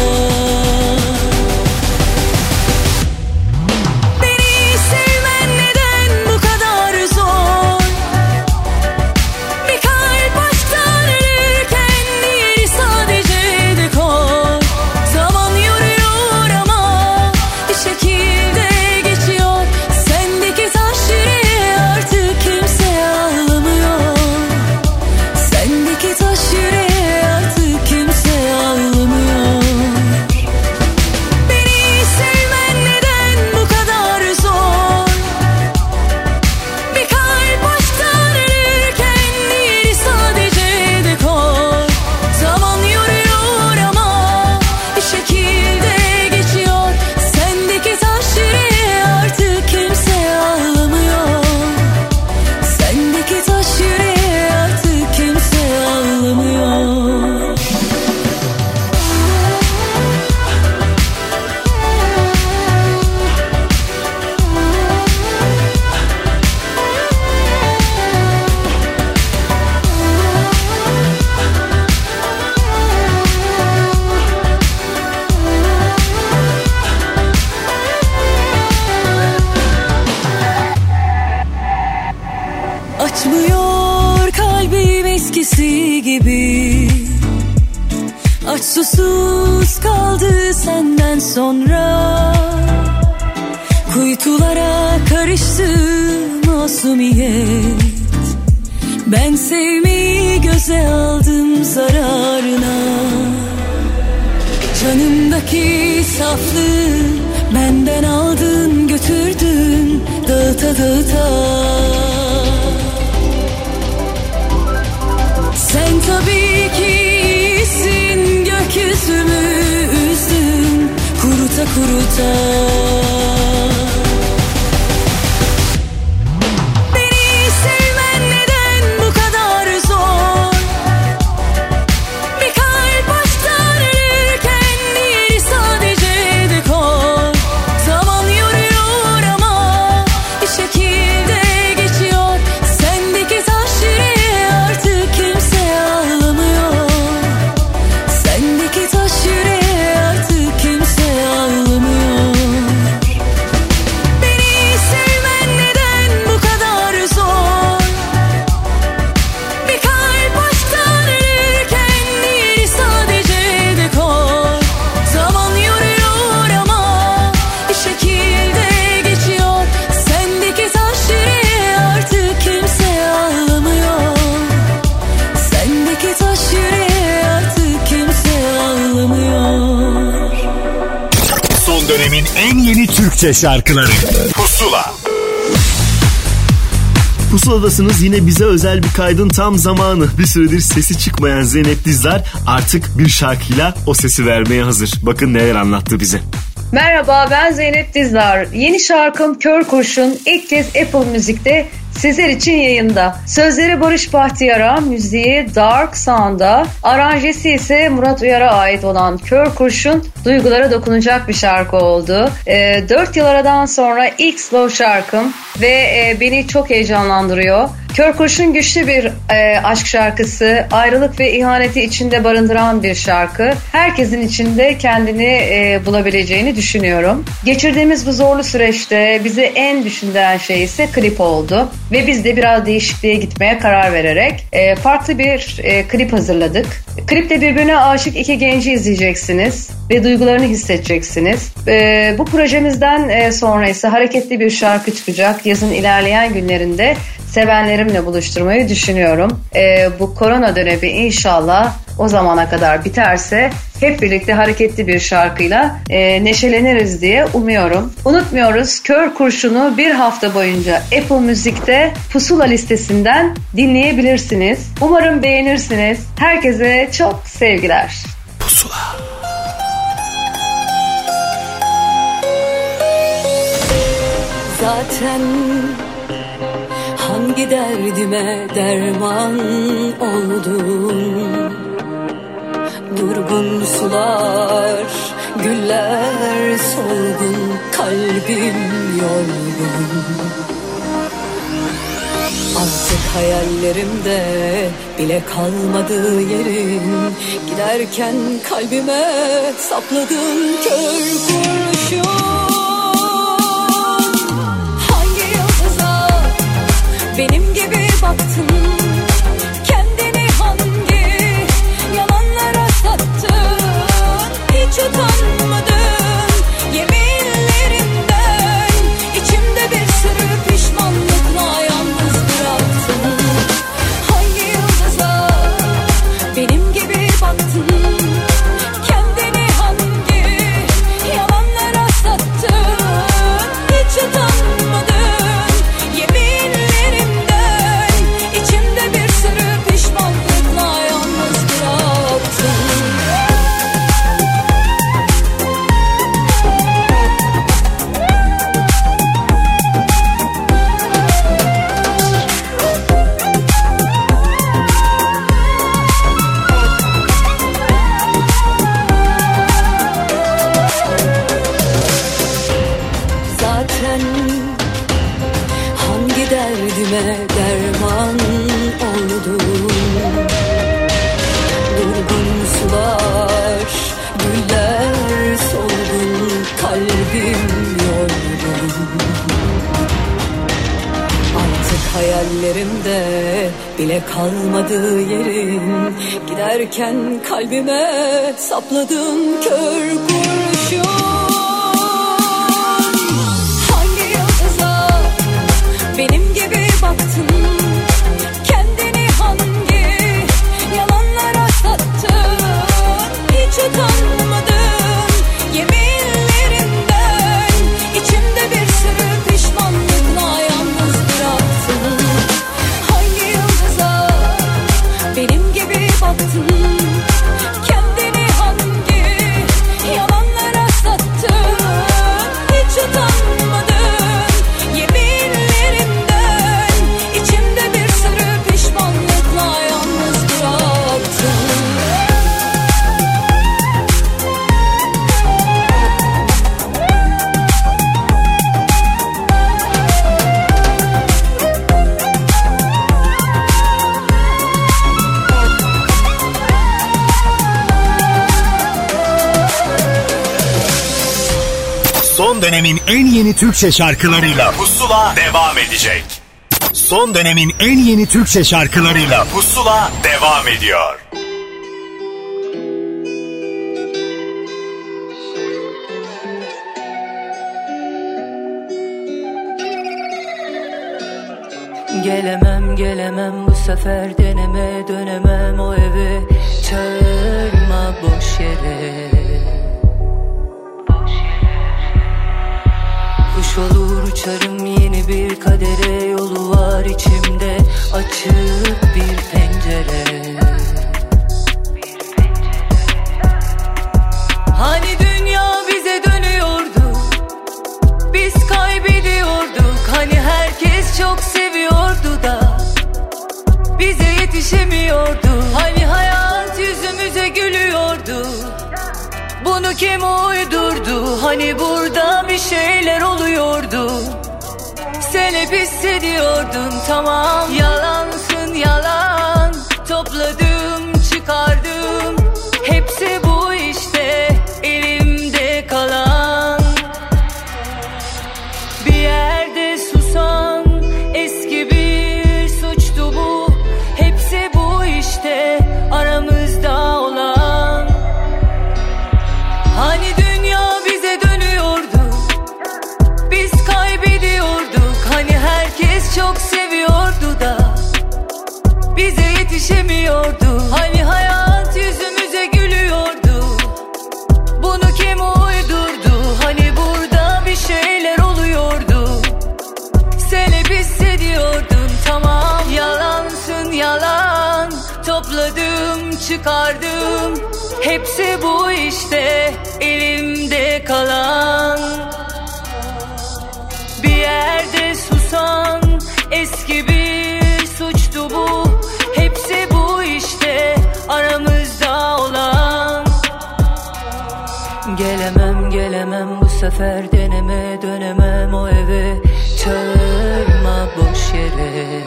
Beni sevmen neden bu kadar zor? Bir kalp aşktan ölürken diğeri sadece dekor. Zaman yoruyor ama bir şekilde geçiyor. Sendeki taş yüreğe artık kimse ağlamıyor. Sendeki taş yüreğe artık kimse ağlamıyor. Aç susuz kaldı senden sonra. Kuytulara karıştı masumiyet. Ben sevmeyi göze aldım zararına. Canımdaki saflığı benden aldın götürdün dağıta dağıta. Sen tabii ki iyisin, gökyüzümü üzdün kuruta kuruta. Beni sevmen neden bu kadar zor? Bir kalp aşktan ölürken diğeri sadece dekor. Zaman yoruyor ama bir şekilde geçiyor. Sendeki taş yüreğe artık kimse ağlamıyor. Sendeki taş yüreğe artık kimse ağlamıyor. Beni sevmen neden bu kadar zor? Bir kalp aşktan ölürken diğeri sadece dekor. Zaman yoruyor ama bir şekilde geçiyor. Sendeki taş yüreğe artık kimse ağlamıyor. Sendeki taş yüreğe artık kimse ağlamıyor. Son dönemin en yeni Türkçe şarkıları Pusula. Pusuladasınız, yine bize özel bir kaydın tam zamanı. Bir süredir sesi çıkmayan Zeynep Dizdar artık bir şarkıyla o sesi vermeye hazır. Bakın neler anlattı bize. Merhaba, ben Zeynep Dizdar. Yeni şarkım Kör Kurşun ilk kez Apple Müzik'te sizler için yayında. Sözleri Barış Bahtiyar'a, müziği Dark Sound'a, aranjesi ise Murat Uyar'a ait olan Kör Kurşun duygulara dokunacak bir şarkı oldu. 4 yıl aradan sonra ilk slow şarkım ve beni çok heyecanlandırıyor. Kör Kurşun güçlü bir aşk şarkısı, ayrılık ve ihaneti içinde barındıran bir şarkı. Herkesin içinde kendini bulabileceğini düşünüyorum. Geçirdiğimiz bu zorlu süreçte bizi en düşündüren şey ise klip oldu. Ve biz de biraz değişikliğe gitmeye karar vererek farklı bir klip hazırladık. Klipte birbirine aşık iki genci izleyeceksiniz ve duygularını hissedeceksiniz. Bu projemizden sonra ise hareketli bir şarkı çıkacak. Yazın ilerleyen günlerinde sevenlerimle buluşturmayı düşünüyorum. Bu korona dönemi inşallah o zamana kadar biterse hep birlikte hareketli bir şarkıyla neşeleniriz diye umuyorum. Unutmuyoruz, Kör Kurşun'u bir hafta boyunca Apple Müzik'te Pusula listesinden dinleyebilirsiniz. Umarım beğenirsiniz. Herkese çok sevgiler. Pusula. Zaten hangi derdime derman oldun? Durgun sular, güller solgun, kalbim yorgun. Artık hayallerimde bile kalmadı yerin. Giderken kalbime sapladın kör kurşun. Hangi yıldıza benim gibi baktın? Kendini hangi yalanlara sattın? Hiç utanmadın yeminlerinden. İçimde bir sürü pişmanlıkla yalnız bıraktın. Hangi yıldıza benim gibi baktın? Kendini hangi yalanlara sattın? Hiç utanmadın yeminlerimden. İçimde bir sürü pişmanlıkla yalnız bıraktın. Hayallerimde bile kalmadı yerin. Giderken kalbime sapladın kör kurşun. Hangi yıldıza benim gibi baktın? Kendini hangi yalanlara sattın? Hiç utanmadın yeminlerinden. İçimde bir sürü pişmanlıkla yalnız bıraktın. Hangi yıldıza benim gibi baktın? Kendini hangi yalanlara sattın? Hiç utanmadın yeminlerinden. İçimde bir sürü pişmanlıkla yalnız bıraktın. Son dönemin en yeni Türkçe şarkılarıyla Pusula devam edecek. Son dönemin en yeni Türkçe şarkılarıyla Pusula devam ediyor. Gelemem gelemem bu sefer deneme dönemem o eve. Çağırma boş yere. Kuş olur uçarım yeni bir kadere. Yolu var içimde açık bir pencere. Hani dünya bize dönüyordu, biz kaybediyorduk. Hani herkes çok seviyordu da bize yetişemiyordu. Hani hayat yüzümüze gülüyordu, bunu kim uydurdu? Hani burada bir şeyler oluyordu, sen hep hissediyordun. Tamam yalansın yalan, topladım çıkardım, hepsi bu işte elimde kalan. Bir yerde susan eski bir suçtu bu, hepsi bu işte aramızda olan. Hani dünya bize dönüyordu, biz kaybediyorduk. Hani herkes çok seviyordu da bize yetişemiyordu. Hani hayat yüzümüze gülüyordu, bunu kim uydurdu? Hani burada bir şeyler oluyordu, sen hep hissediyordun. Tamam yalansın yalan, topladım çıkardım, hepsi bu işte elimde kalan. Bir yerde susan eski bir suçtu bu, hepsi bu işte aramızda olan. Gelemem gelemem bu sefer deneme dönemem o eve. Çağırma boş yere.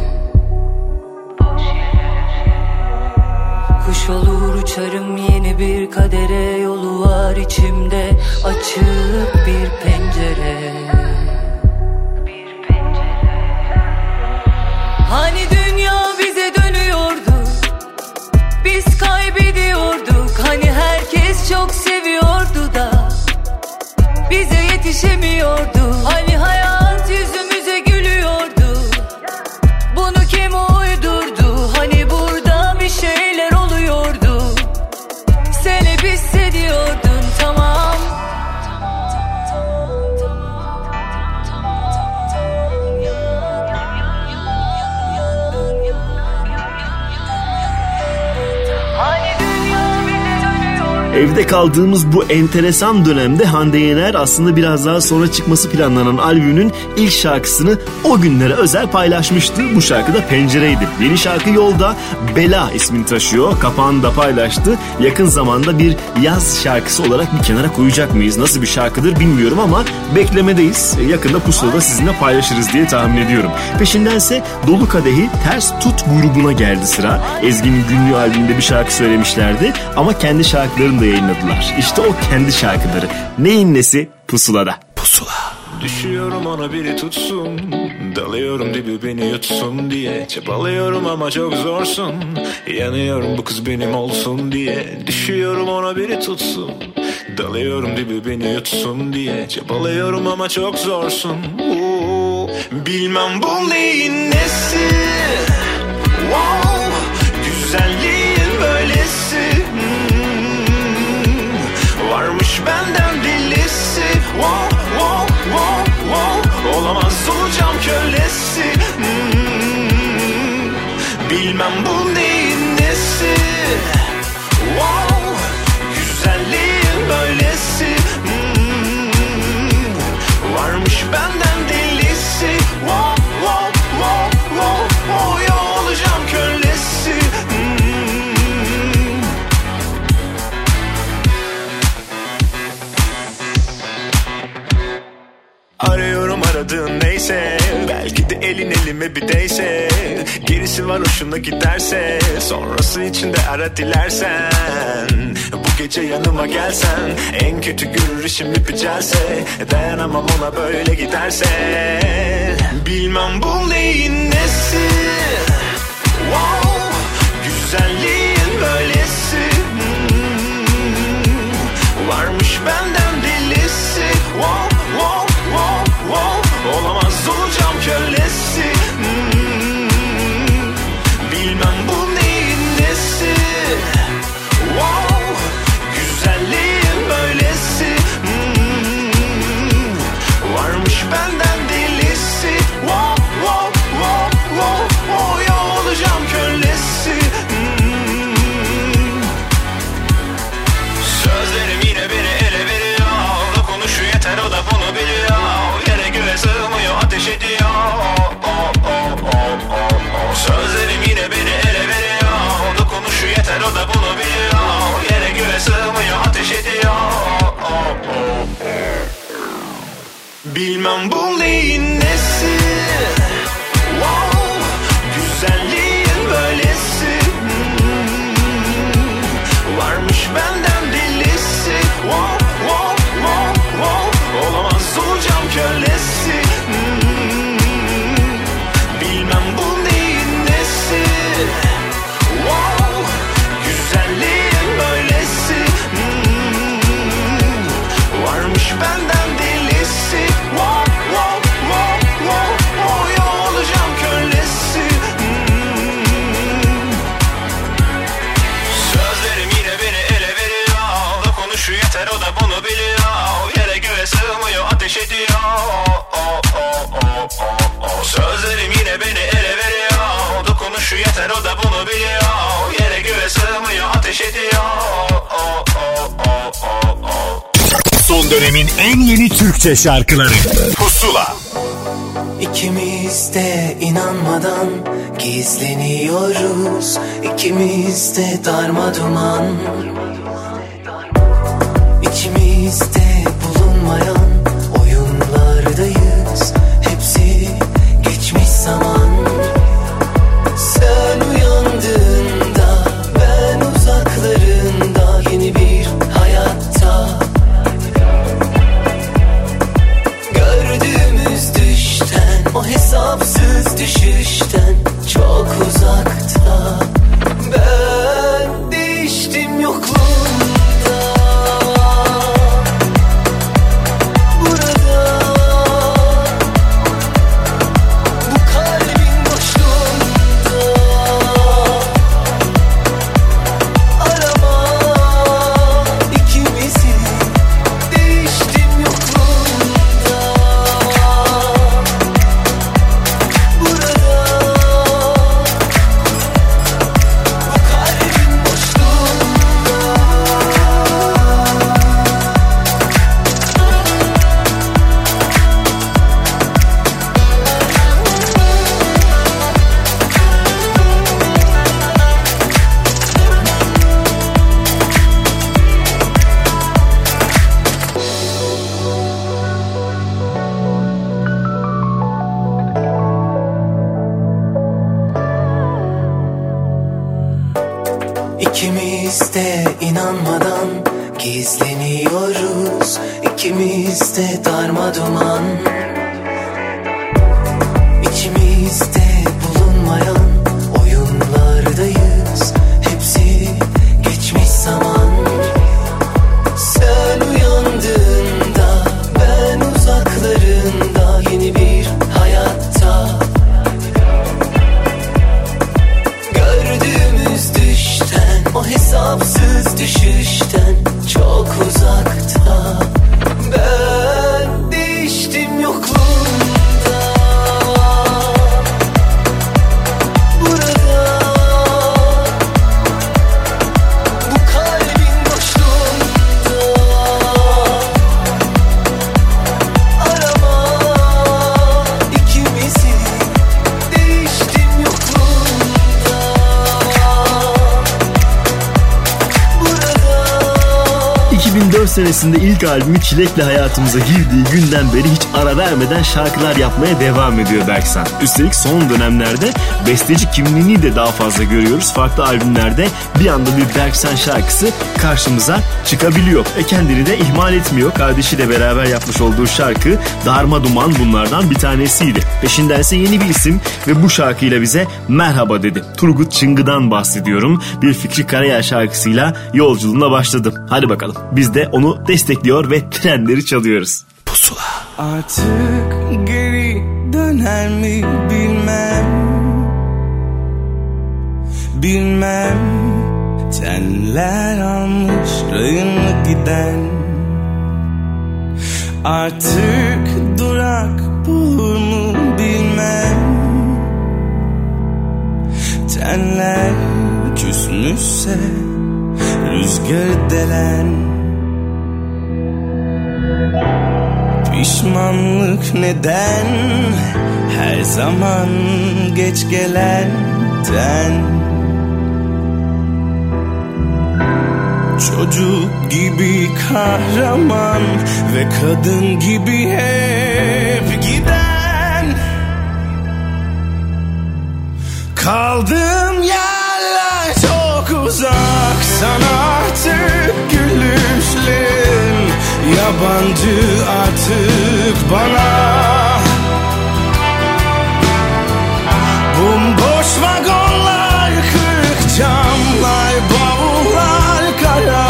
Kuş olur uçarım yeni bir kadere. Yolu var içimde açık bir pencere. Hani dünya bize dönüyordu, biz kaybediyorduk. Hani herkes çok seviyordu da bize yetişemiyordu. Hani hayat yüzümüze gülüyordu, bunu kim uydurdu? Hani burada bir şeyler oluyordu, sen hep hissediyordun. Tamam Evde kaldığımız bu enteresan dönemde Hande Yener aslında biraz daha sonra çıkması planlanan albümünün ilk şarkısını o günlere özel paylaşmıştı. Bu şarkı da Pencereydi. Yeni şarkı yolda, Bela ismini taşıyor. Kapağını da paylaştı. Yakın zamanda bir yaz şarkısı olarak bir kenara koyacak mıyız? Nasıl bir şarkıdır bilmiyorum ama beklemedeyiz. Yakında Pusula'da sizinle paylaşırız diye tahmin ediyorum. Peşindense Dolu Kadehi Ters Tut grubuna geldi sıra. Ezgi'nin Günlüğü albümünde bir şarkı söylemişlerdi ama kendi şarkılarını da yayınladılar. İşte o kendi şarkıları. Neyin nesi? Pusula'da. Pusula. Düşüyorum ona biri tutsun, Dalıyorum dibi beni yutsun diye. Çabalıyorum ama çok zorsun. Yanıyorum bu kız benim olsun diye. Düşüyorum ona biri tutsun. Dalıyorum dibi beni yutsun diye. Çabalıyorum ama çok zorsun. Bilmem bu neyin nesi. Wow, güzelliğin böylesi. Varmış benden delisi. Wow, wow, wow, wow. Olamaz olacağım kölesi. Bilmem bu neyin nesi. Wow, güzelliğin böylesi. Varmış benden delisi. Wow, wow, wow, wow, wow. Ya olacağım kölesi. Arıyorum aradığın neyse. Belki de elin elime bir değse. Gerisi var hoşuna giderse. Sonrası için de ara dilersen. Bu gece yanıma gelsen. En kötü görür işim ipicelse. Dayanamam ona böyle giderse. Bilmem bu neyin nesi. Wow, güzelliğin böylesi. Varmış benden delisi. Wow, wow, wow, wow. Olamaz olacağım kölesi. Bilmem bu neyin nesi. Wow, güzelliğin böylesi. Varmış benden delisi. Wow, wow, wow, wow, wow. Ya olacağım kölesi. Sözlerim yine beni ele veriyor. Dokunuşu yeter o da bunu biliyor. Yere göğe sığmıyor ateş ediyor. Sözlerim yine beni ele veriyor. Dokunuşu yeter o da bunu biliyor. Yere göğe sığmıyor ateş ediyor. Bilmem bu neyin nesi. Wow, güzelliğin böylesi. Varmış benden delisi. Wow, wow, wow, wow. Olamaz olacağım kölesi. Bilmem bu neyin nesi. Wow, güzelliğin böylesi. Varmış benden delisi. Wow, wow, wow, wow, wow. Ya olacağım kölesi. Sözlerim yine beni ele veriyor. Dokunuşu yeter o da bunu biliyor. Yere göğe sığmıyor ateş ediyor. Sözlerim yine beni ele veriyor. Dokunuşu yeter o da bunu biliyor. Yere göğe sığmıyor ateş ediyor. Son dönemin en yeni Türkçe şarkıları Pusula. İkimiz de inanmadan gizleniyoruz. İkimiz de darmaduman. İçimizde bulunmayan oyunlardayız. Hepsi geçmiş zaman. Sen uyandığında ben uzaklarında yeni bir hayatta. Gördüğümüz düşten, o hesapsız düşüşten çok uzakta. Ben değiştim yokluğunda. İkimiz de inanmadan gizleniyoruz. İkimiz de darmaduman. 2004 senesinde ilk albümü Çilek'le hayatımıza girdiği günden beri hiç ara vermeden şarkılar yapmaya devam ediyor Berksan. Üstelik son dönemlerde besteci kimliğini de daha fazla görüyoruz. Farklı albümlerde bir anda bir Berksan şarkısı karşımıza çıkabiliyor. Kendini de ihmal etmiyor. Kardeşiyle beraber yapmış olduğu şarkı Darma Duman bunlardan bir tanesiydi. Peşindense yeni bir isim ve bu şarkıyla bize merhaba dedi. Turgut Çıngı'dan bahsediyorum. Bir Fikri Karayel şarkısıyla yolculuğuna başladı. Hadi bakalım. Biz de onu destekliyor ve trenleri çalıyoruz. Pusula. Artık geri döner mi bilmem. Bilmem. Tenler almış rayını giden. Artık durak bulur mu bilmem. Tenler küsmüşse rüzgar delen. Pişmanlık neden her zaman geç gelenden. Çocuk gibi kahraman ve kadın gibi hep giden. Kaldığım yerler çok uzak, sana artık gülüşlerin yabancı artık bana. Bomboş vagonlar, kırık camlar, bavullar, kara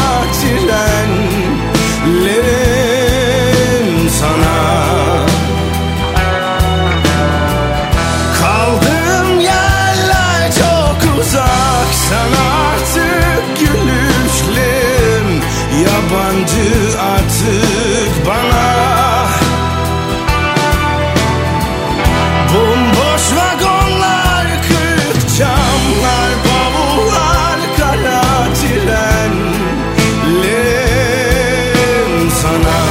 trenlerim sana. Kaldığım yerler çok uzak, sana artık gülüşlerim yabancı artık bana. Bomboş vagonlar, kırık camlar, bavullar, kara trenlerim sana.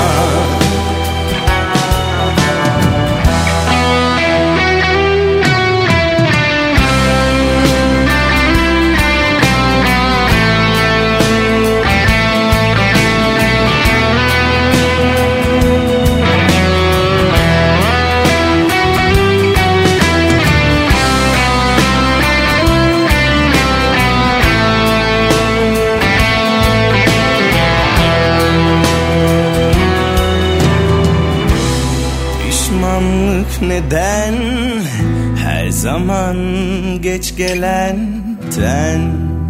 Neden her zaman geç gelenden.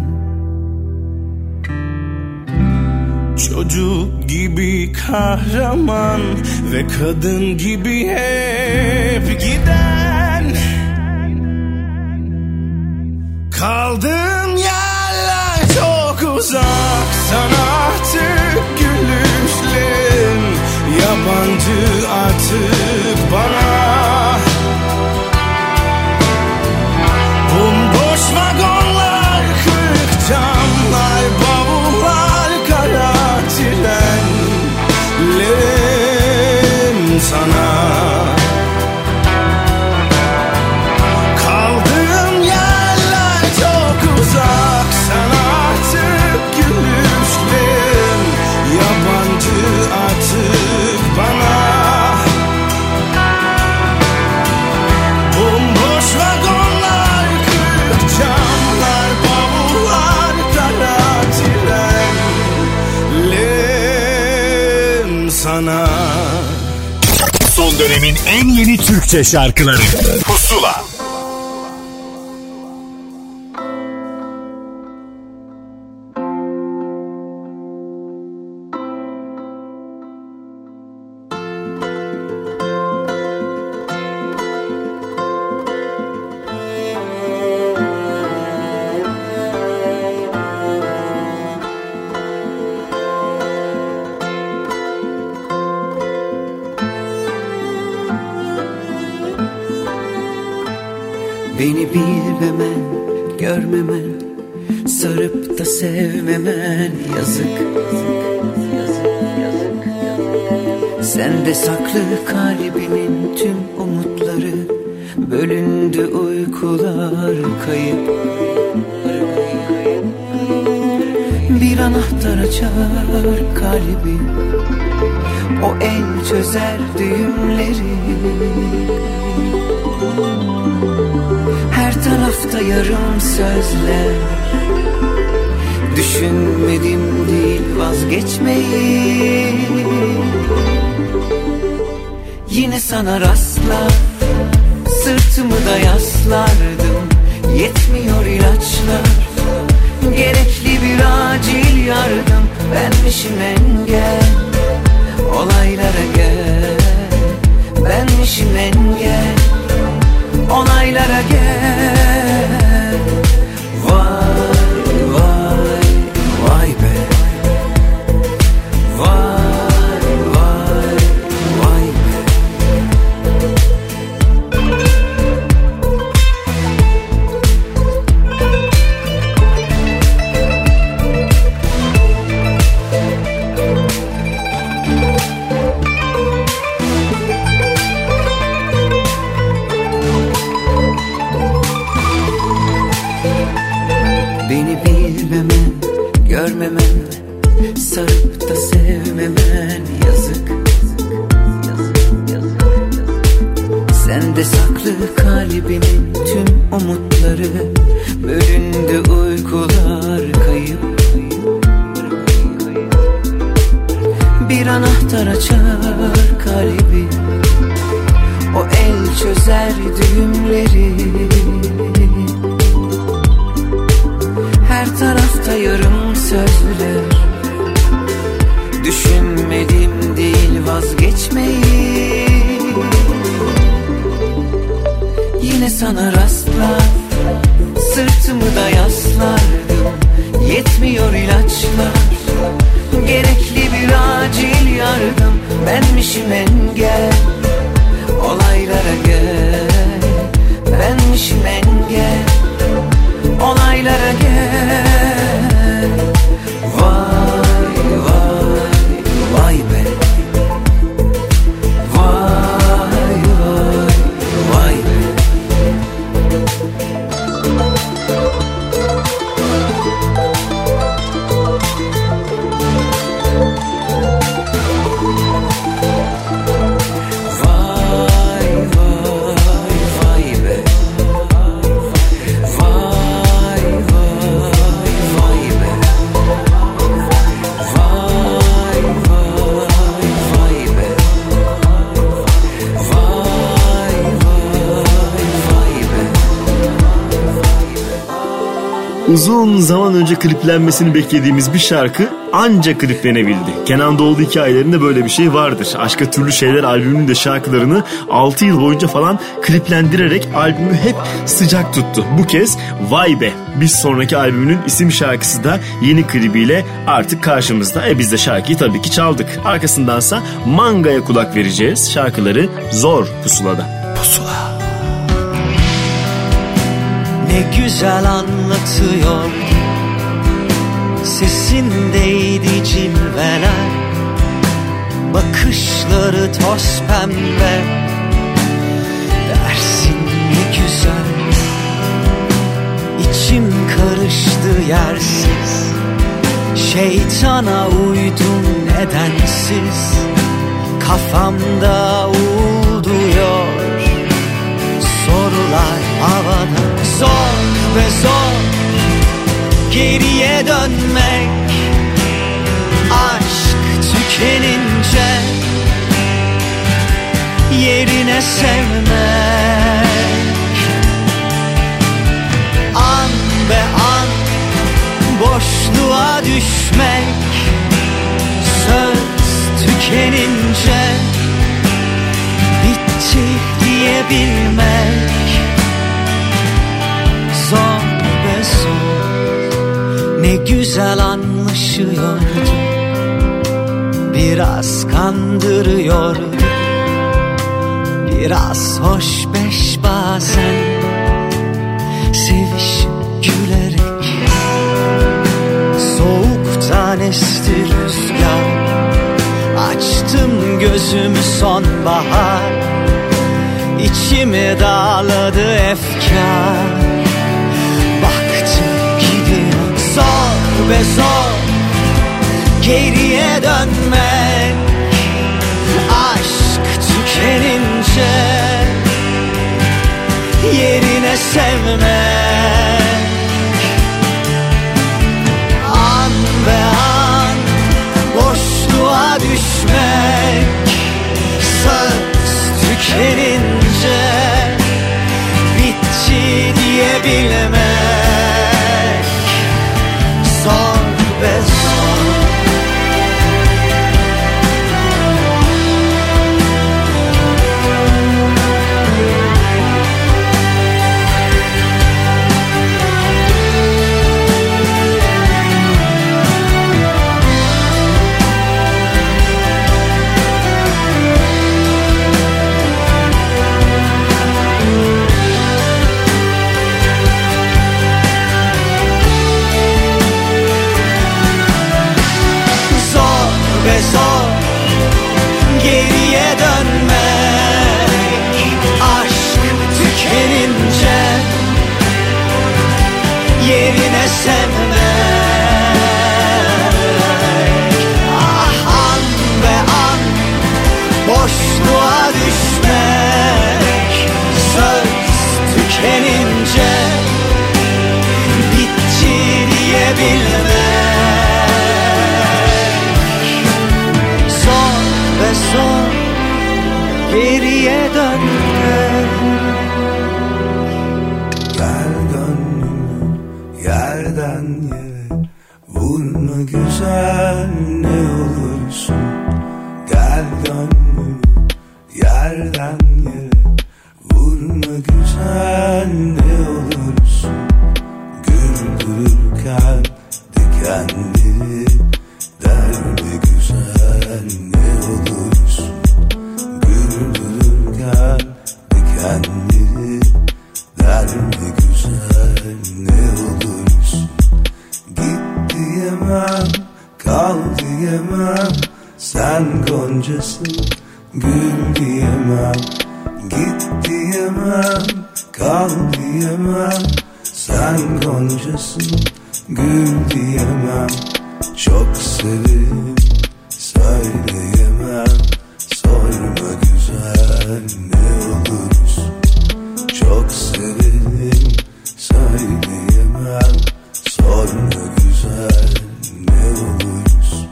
Çocuk gibi kahraman ve kadın gibi hep giden. Kaldığım yerler çok uzak, sana artık gülüşlerin yabancı artık bana. Bomboş vagonlar, kırık camlar, bavullar, kara trenlerim sana. Kaldığım yerler çok uzak, sana artık gülüşlerin yabancı artık bana. Bomboş vagonlar, kırık camlar, bavullar, kara trenlerim sana. Son dönemin en yeni Türkçe şarkıları Pusula. Beni bilmemen, görmemen, sarıp da sevmemen yazık. Sende saklı kalbinin tüm umutları, bölündü uykular kayıp. Bir anahtar açar kalbi, o el çözer düğümleri. Her tarafta yarım sözler, düşünmedim değil vazgeçmeyi. Yine sana rastlar, sırtımı da yaslardım. Yetmiyor ilaçlar, gerekli bir acil yardım. Benmişim engel, olaylara gel. Benmişim engel, olaylara gel. Vay vay vay be. Vay vay vay be. Beni bilmemen, görmemen, sarıp da sevmemen yazık. Sende saklı kalbinin tüm umutları, bölündü uykular kayıp. Bir anahtar açar kalbi, o el çözer düğümleri. Her tarafta yarım sözler, düşünmedim değil vazgeçmeyi. Yine sana rastlar, sırtımı da yaslardım. Yetmiyor ilaçlar, gerekli bir acil yardım. Benmişim engel, olaylara gel. Benmişim engel, olaylara gel. Vay vay vay be. Vay vay vay be. Vay vay vay be. Vay vay vay be. Vay vay vay be. Vay vay vay be. Uzun zaman önce kliplenmesini beklediğimiz bir şarkı ancak kliplenebildi. Kenan Doğulu hikayelerinde böyle bir şey vardır. Aşka Türlü Şeyler albümünün de şarkılarını 6 yıl boyunca falan kliplendirerek albümü hep sıcak tuttu. Bu kez Vay Be, bir sonraki albümünün isim şarkısı da yeni klibiyle artık karşımızda. Biz de şarkıyı tabii ki çaldık. Arkasındansa Manga'ya kulak vereceğiz. Şarkıları Zor Pusula'da. Pusula. Ne güzel anlatıyor, sesindeydi cilveler, bakışları toz pembe. Dersin ne güzel, içim karıştı yersiz. Şeytana uydum nedensiz, kafamda uğulduyor sorular havada. Zor ve zor geriye dönmek, aşk tükenince yerine sevmek. An be an boşluğa düşmek, söz tükenince bitti diyebilmek. Zor ve zor, ne güzel anlaşıyordu, biraz kandırıyordu, biraz hoş beş bazen sevişip gülerek. Soğuktan esti rüzgar, açtım gözümü sonbahar, içimi dağladı efkar. Baktım gidiyor, zor ve zor geriye dönmek, aşk tükenince yerine sevmek, an be an boşluğa düşmek, söz tükenince bitti diyebilmek, zor ve zor. Zor geriye dönmek, aşk tükenince yerine sevmek, ah an be an boşluğa düşmek, söz tükenince bitti diyebilmek, son geriye dönmek. Gel gönlümü yerden yere vurma güzel ne olursun. Gel gönlümü yerden yere vurma güzel ne olursun. Güldürürken dikenleri derme güzel ne olursun. Güldürürken dikenleri derme güzel ne olursun. Git diyemem, kal diyemem, sen goncasın, gül diyemem. Git diyemem, kal diyemem, sen goncasın, gül diyemem. Çok severim, söyleyemem, sorma güzel ne olursun. Çok severim, söyleyemem, sorma güzel ne olursun.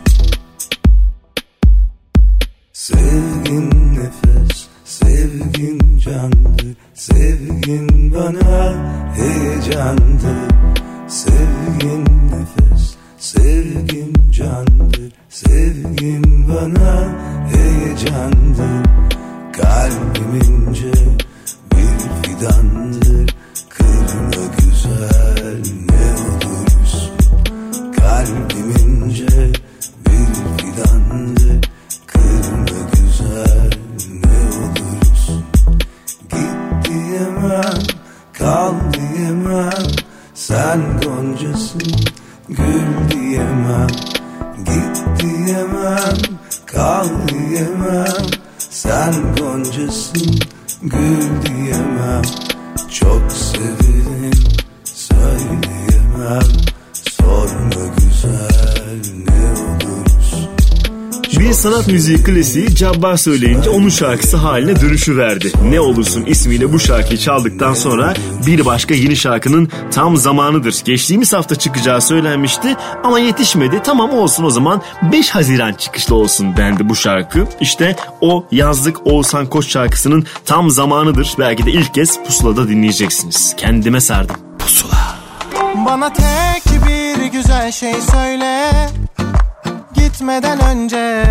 Sevgin nefes, sevgin candır, sevgin bana heyecandır. Sevgin nefes, sevgin candır, sevgin bana heyecandır. Kalbimince bir fidandır, kırma güzel ne olursun. Kalbimince bir fidandır, kırma güzel ne olursun. Git diyemem, kal diyemem, sen goncasın, gül diyemem. Git diyemem, kal diyemem, sen goncasın, gül diyemem. Çok severim, söyleyemem, sorma güzel ne olursun. Bir sanat müziği klasiği Cabbar söyleyince onun şarkısı haline dönüşüverdi. Ne olursun ismiyle bu şarkıyı çaldıktan sonra bir başka yeni şarkının tam zamanıdır. Geçtiğimiz hafta çıkacağı söylenmişti ama yetişmedi. Tamam olsun o zaman 5 Haziran çıkışlı olsun dendi bu şarkı. İşte o yazlık Oğuzhan Koç şarkısının tam zamanıdır. Belki de ilk kez Pusula'da dinleyeceksiniz. Kendime sardım. Pusula. Bana tek bir güzel şey söyle gitmeden önce,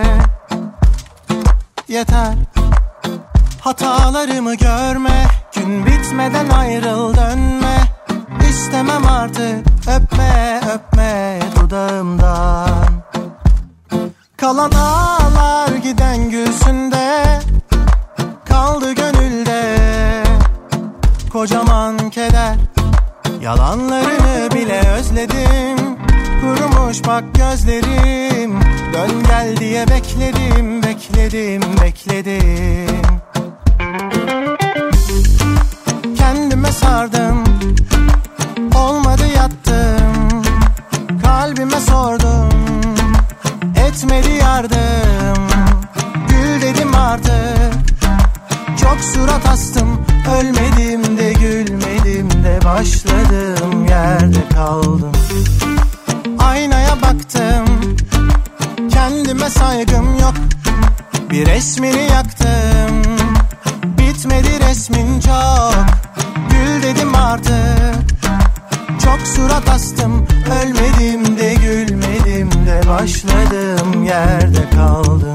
yeter hatalarımı görme, gün bitmeden ayrıl dönme. İstemem artık öpme öpme dudağımdan. Kalan ağlar giden gülsünde, kaldı gönülde kocaman keder. Yalanlarını bile özledim, kurumuş bak gözlerim. Dön gel diye bekledim, bekledim, bekledim. Kendime sardım, olmadı yattım. Kalbime sordum, Etmedi yardım, gül dedim artık. Çok surat astım, ölmedim de gülmedim de başladım yerde kaldım. Aynaya baktım, kendime saygım yok. Bir resmini yaktım, bitmedi resmin çok. Gül dedim artık, çok surat astım. Ölmedim de gülmedim de başladım yerde kaldım.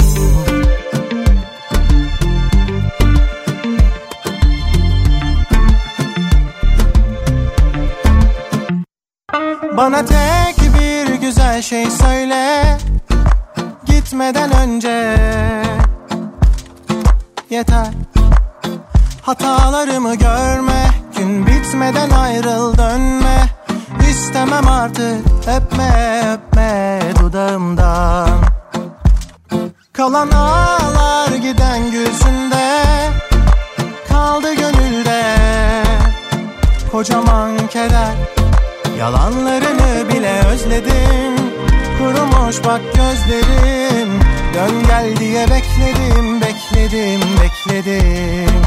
Bana tek bir güzel şey söyle, gitmeden önce. Yeter, hatalarımı görme, gün bitmeden ayrıl dönme. İstemem artık, öpme öpme dudağımdan. Kalan ağlar giden gülsünde, kaldı gönülde kocaman keder. Yalanlarını bile özledim, kurumuş bak gözlerim. Dön gel diye bekledim, bekledim, bekledim.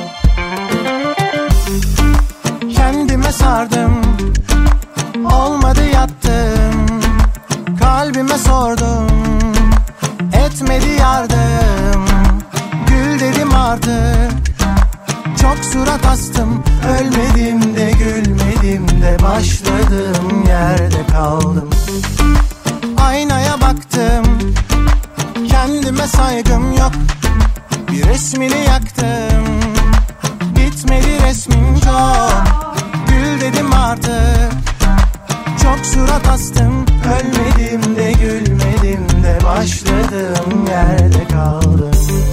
Kendime sardım, olmadı yattım. Kalbime sordum, etmedi yardım. Gül dedim artık, çok surat astım. Ölmedim de gülmedim de başladım yerde kaldım. Aynaya baktım, kendime saygım yok. Bir resmini yaktım, bitmedi resmin çok. Gül dedim artık, çok surat astım. Ölmedim de gülmedim de başladım yerde kaldım.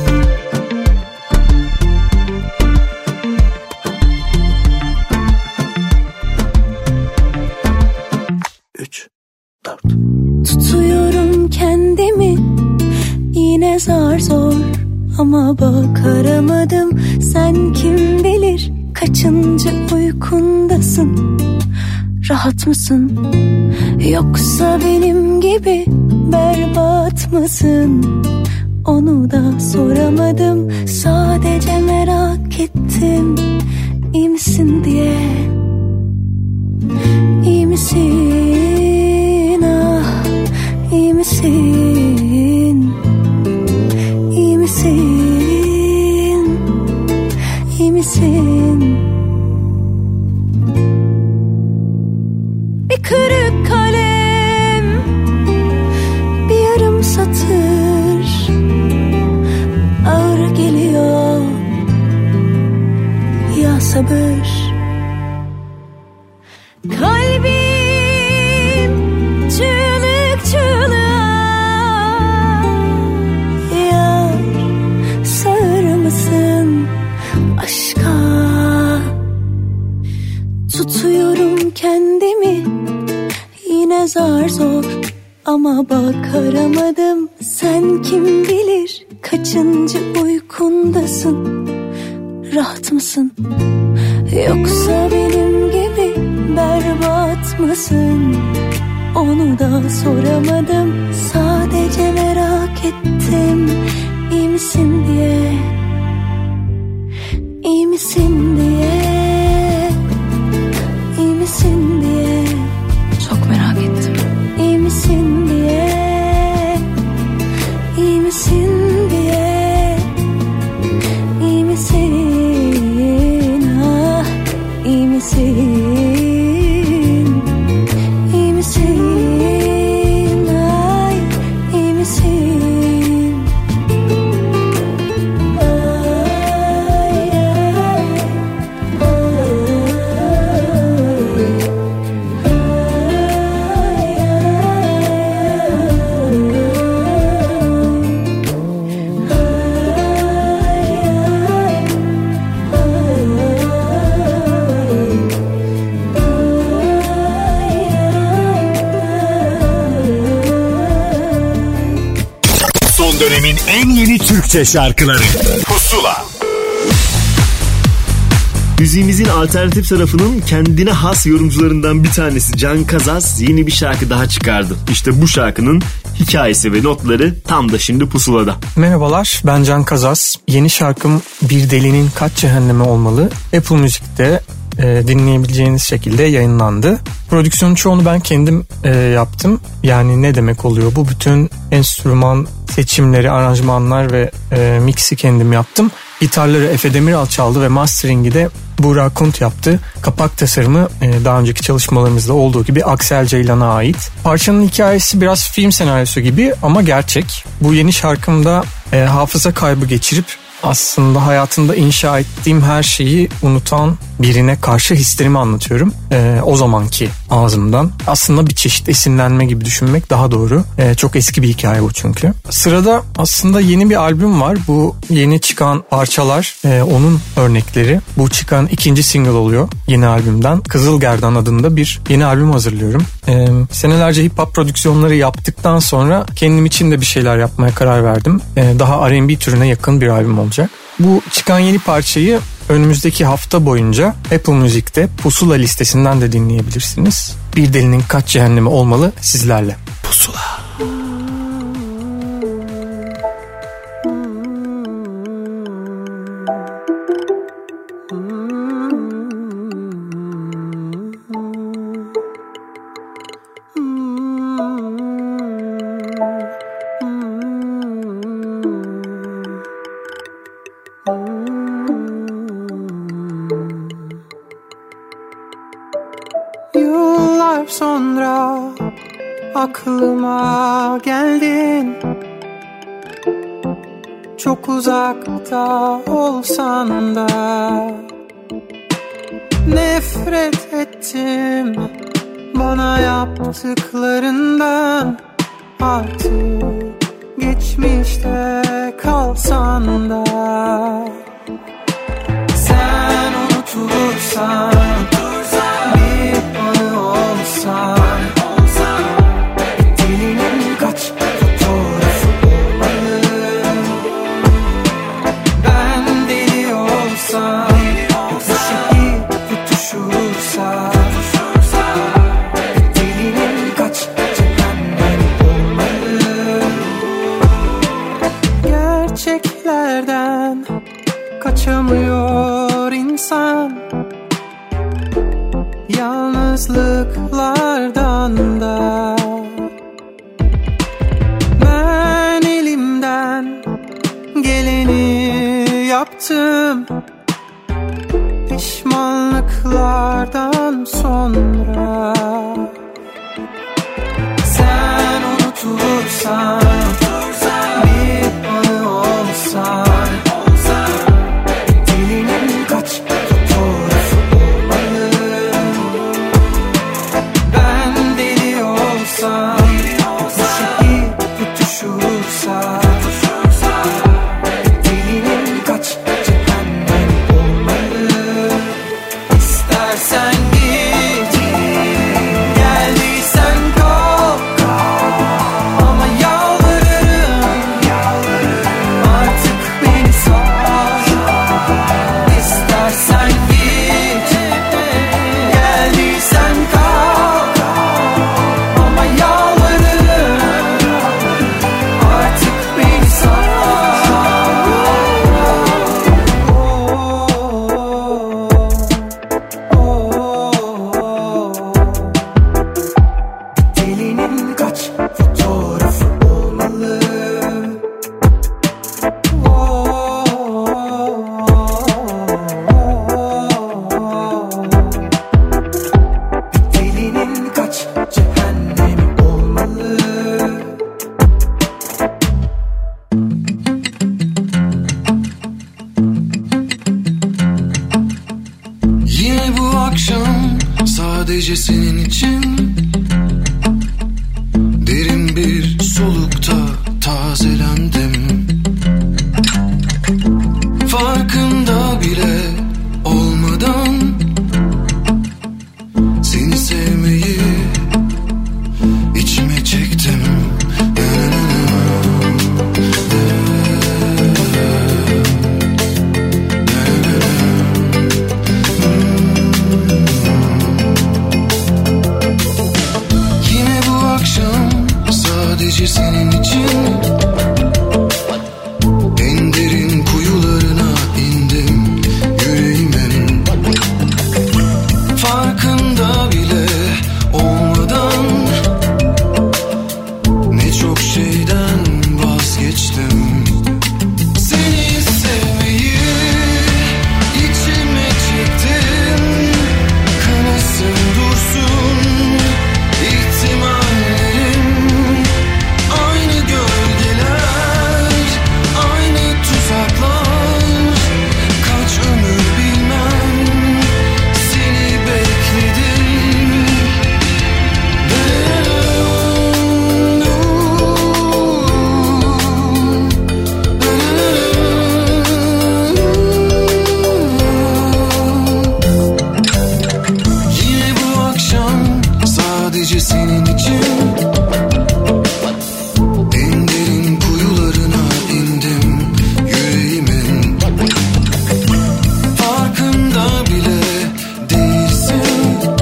Tutuyorum kendimi yine zar zor, ama bak aramadım. Sen kim bilir kaçıncı uykundasın? Rahat mısın? Yoksa benim gibi berbat mısın? Onu da soramadım. Sadece merak ettim, iyi misin diye. İyi misin? Ah, iyi misin? İyi misin? İyi misin? Bir kırık kalem, bir yarım satır, ağır geliyor ya sabır. Kalbim çığlık çığlığa, yar sağır mısın aşka? Tutuyorum kendimi yine zar zor, ama bak aramadım. Sen kim bilir kaçıncı uykundasın? Rahat mısın? Yoksa benim gibi berbat mısın? Onu da soramadım. Sadece merak ettim, iyi misin diye. İyi misin diye. İyi misin diye. Çok merak ettim. İyi misin diye. İyi misin diye. İyi misin? Ah, iyi misin? İyi misin? Ay, iyi misin? Ay, Son dönemin en yeni Türkçe şarkıları Pusula. Müziğimizin alternatif tarafının kendine has yorumcularından bir tanesi Can Kazaz yeni bir şarkı daha çıkardı. İşte bu şarkının hikayesi ve notları tam da şimdi Pusula'da. Merhabalar, ben Can Kazas. Yeni şarkım Bir Delinin Kaç Cehennemi Olmalı Apple Music'te dinleyebileceğiniz şekilde yayınlandı. Prodüksiyonun çoğunu ben kendim yaptım. Yani ne demek oluyor bu? Bütün enstrüman seçimleri, aranjmanlar ve mixi kendim yaptım. Gitarları Efe Demiral çaldı ve mastering'i de Burak Kunt yaptı. Kapak tasarımı daha önceki çalışmalarımızda olduğu gibi Aksel Ceylan'a ait. Parçanın hikayesi biraz film senaryosu gibi ama gerçek. Bu yeni şarkımda hafıza kaybı geçirip aslında hayatımda inşa ettiğim her şeyi unutan birine karşı hislerimi anlatıyorum. O zamanki ağzımdan. Aslında bir çeşit esinlenme gibi düşünmek daha doğru. Çok eski bir hikaye bu çünkü. Sırada aslında yeni bir albüm var. Bu yeni çıkan parçalar onun örnekleri. Bu çıkan ikinci single oluyor yeni albümden. Kızılgerdan adında bir yeni albüm hazırlıyorum. Senelerce hip hop prodüksiyonları yaptıktan sonra kendim için de bir şeyler yapmaya karar verdim. Daha R&B türüne yakın bir albüm olacak. Bu çıkan yeni parçayı önümüzdeki hafta boyunca Apple Music'te Pusula listesinden de dinleyebilirsiniz. Bir Delinin Kaç Cehennemi Olmalı sizlerle. Pusula. Yıllar sonra aklıma geldin. Çok uzakta olsan da nefret ettim bana yaptıklarından. Artık geçmişte kalsan da sen unutursan bir anı olsan, dilinin kaç fotoğrafı olmalı. Ben deli olsam, bu şehir tutuşursa, dilinin kaç cehennem olmalı. Gerçeklerden kaçamıyor insan, yalnızlıklardan da. Ben elimden geleni yaptım, pişmanlıklardan sonra. Sen unutursan bir anı olsan, dilinin kaç fotoğrafı olmalı. Ben deli olsam, bu şehir tutuşursa, dilinin kaç cehennem olmalı. İstersen git, geldiysen kal, ama yalvarırım, artık beni sal. İstersen git, geldiysen kal, ama yalvarırım, artık beni sal. Dilinin kaç fotoğrafı olmalı. Dilinin kaç cehennemi olmalı. Yine bu akşam sadece senin için derin bir solukta tazelendim. Farkında bile olmadan seni sevmeyi içime çektim. Yine bu akşam sadece senin için. En derin kuyularına indim yüreğimin. Farkında bile olmadan ne çok şeyden vazgeçtim. Seni sevmeyi içime çektim. Kanasın dursun ihtimallerim. Aynı gölgeler, aynı tuzaklar. Kaç ömür bilmem seni bekledim. Yine bu akşam sadece senin için. En derin kuyularına indim yüreğimin. Farkında bile değilsin.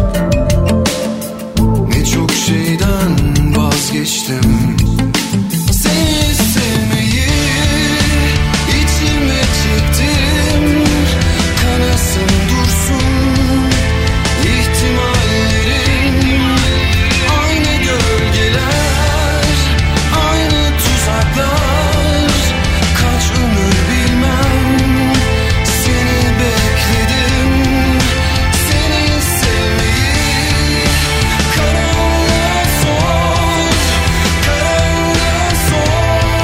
Ne çok şeyden vazgeçtim. Seni sevmeyi içime çektim. Kanasın dursun ihtimallerin. Aynı gölgeler, aynı tuzaklar. Kaç ömür bilmem seni bekledim. Seni sevmeyi karanlığa sor, karanlığa sor.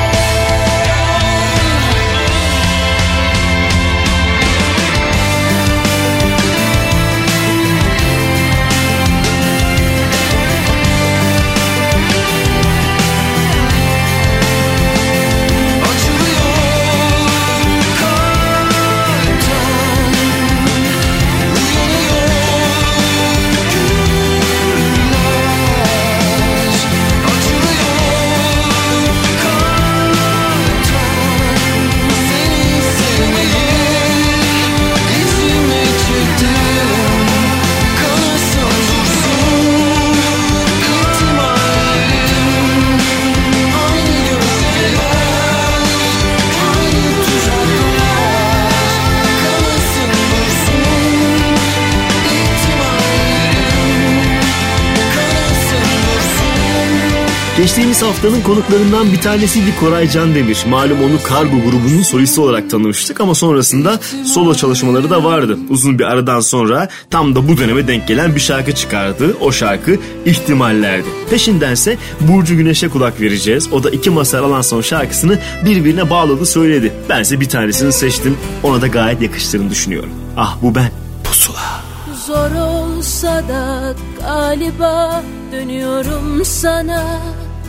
Geçtiğimiz haftanın konuklarından bir tanesiydi Koray Candemir. Malum onu Kargo grubunun solisti olarak tanımıştık ama sonrasında solo çalışmaları da vardı. Uzun bir aradan sonra tam da bu döneme denk gelen bir şarkı çıkardı. O şarkı İhtimallerdi. Peşindense Burcu Güneş'e kulak vereceğiz. O da iki Mazhar Alanson şarkısını birbirine bağladı söyledi. Bense bir tanesini seçtim. Ona da gayet yakıştığını düşünüyorum. Ah bu ben. Pusula. Zor olsa da galiba dönüyorum sana.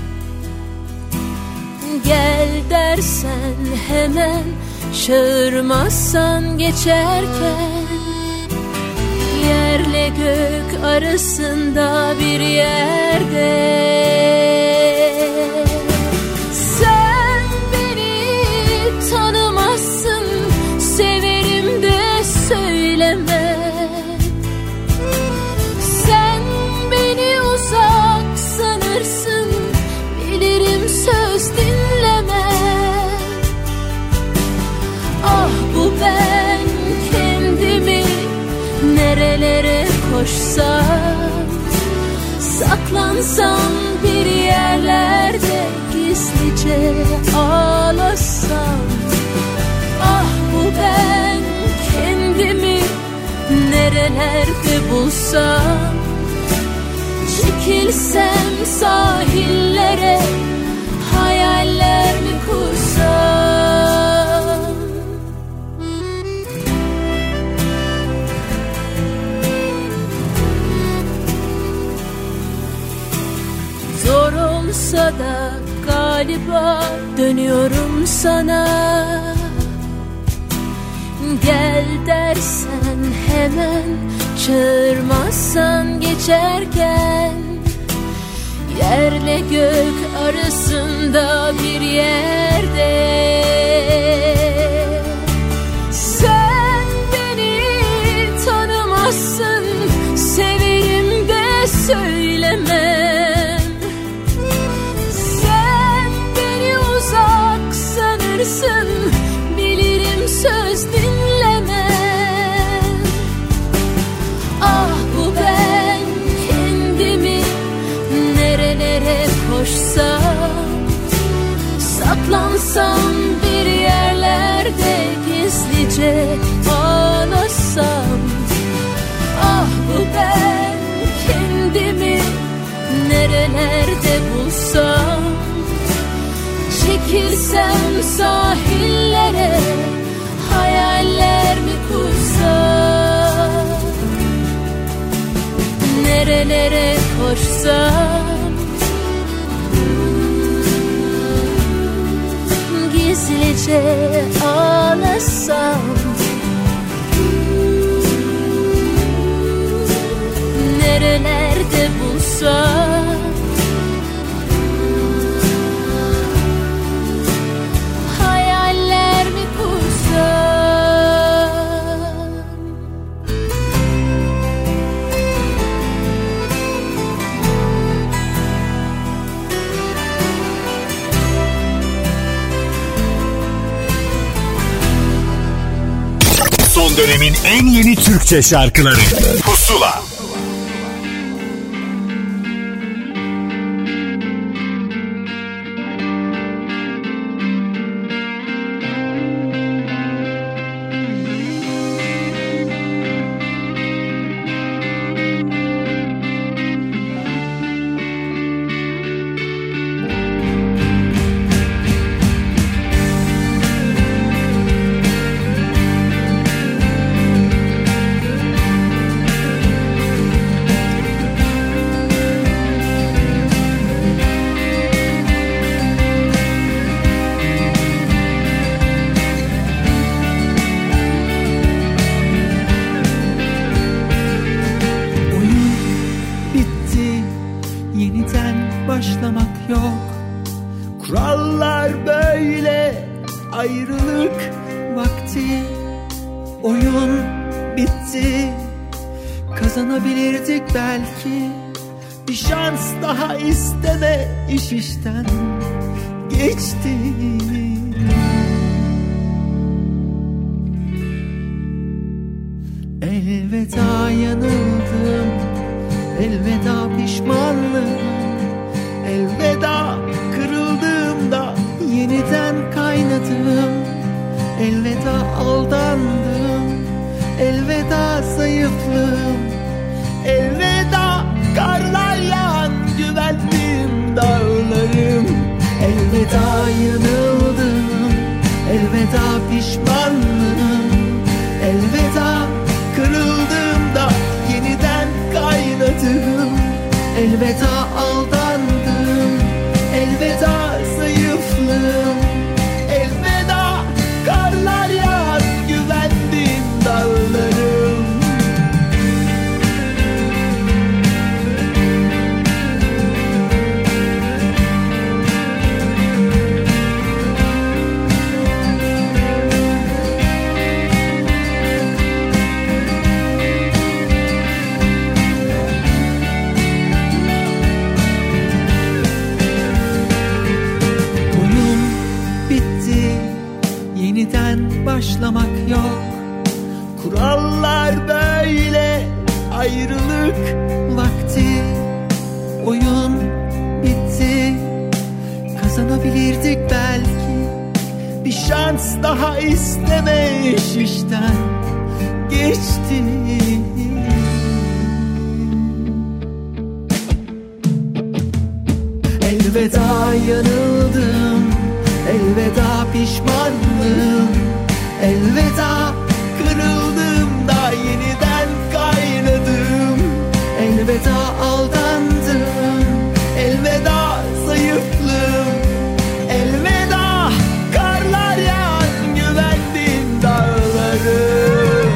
Gel dersen hemen, çağırmazsan geçerken. Yerle gök arasında bir yerde. Sen beni tanımazsın, severim de söyleme. Sen beni uzak sanırsın, bilirim söz dinleme. Ah bu ben kendimi nerelere koşsam, saklansam bir yerlerde gizlice ağlasam. Ah bu ben kendimi nerelerde bulsam, çekilsem sahillere, hayaller mi kursam. Zor olsa da galiba dönüyorum sana. Gel dersen hemen, çağırmazsan geçerken. Yerle gök arasında bir yerde. Sen beni tanımazsın, severim de söylemem. Sen yaparsın, bilirim söz dinlemem. Ah bu ben kendimi nerelere koşsam, saklansam bir yerlerde gizlice ağlasam. Ah bu ben kendimi nerelerde bulsam, çekilsem sahillere, hayaller mi kursam, nerelere koşsam, gizlice ağlasam. Nerelerde bulsam, hayaller mi kursam. Son dönemin en yeni Türkçe şarkıları Pusula. İşten geçti. Elveda yanıldım, elveda pişmanlığım, elveda kırıldığımda yeniden kaynadım, elveda aldandım, elveda zayıflığım, elveda karlar yağan güvendiğim dağlarım. Elveda yanıldım, elveda pişmanlığım, elveda kırıldığımda yeniden kaynadım, elveda aldandım, elveda zayıflığım, elveda karlar yağan güvendiğim dağlarım. Başlamak yok, kurallar böyle, ayrılık vakti, oyun bitti, kazanabilirdik belki, bir şans daha isteme iş işten geçti. Elveda yanıldım, elveda pişmanlığım, elveda kırıldığımda yeniden kaynadım, elveda aldandım, elveda zayıflığım, elveda karlar yağan güvendiğim dağlarım.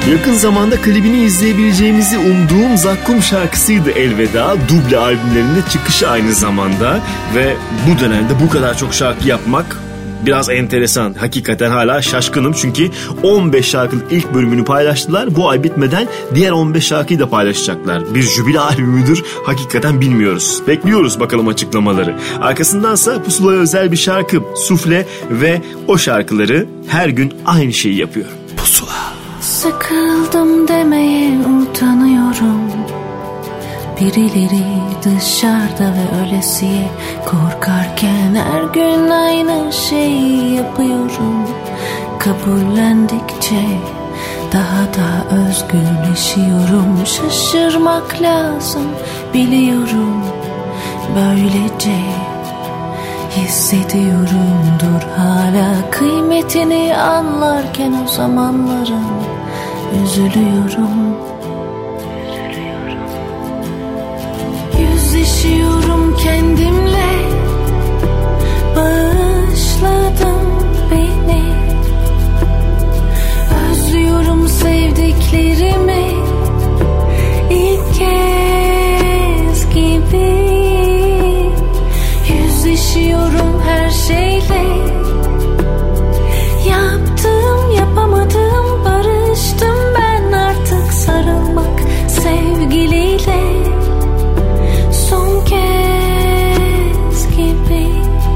Yakın zamanda klibini izleyebileceğimizi umduğum Zakkum şarkısıydı Elveda. Duble albümlerinde çıkışı aynı zamanda ve bu dönemde bu kadar çok şarkı yapmak biraz enteresan. Hakikaten hala şaşkınım çünkü 15 şarkının ilk bölümünü paylaştılar. Bu ay bitmeden diğer 15 şarkıyı da paylaşacaklar. Bir jübile albümüdür hakikaten bilmiyoruz. Bekliyoruz bakalım açıklamaları. Arkasındansa Pusula'ya özel bir şarkı Sufle ve o şarkıları her gün aynı şeyi yapıyor. Pusula. Sıkıldım demeye utanıyorum. Birileri dışarıda ve ölesiye korkarken her gün aynı şeyi yapıyorum. Kabullendikçe daha da özgürleşiyorum. Şaşırmak lazım biliyorum. Böylece hissediyorumdur hala kıymetini anlarken o zamanların üzülüyorum. Yüzleşiyorum kendimle, bağışladım beni. Özlüyorum sevdiklerimi ilk kez gibi. Yüzleşiyorum her şeyle, yaptım yapamadım, barıştım ben artık sarılmak sevgiliyle. Son kez gibi.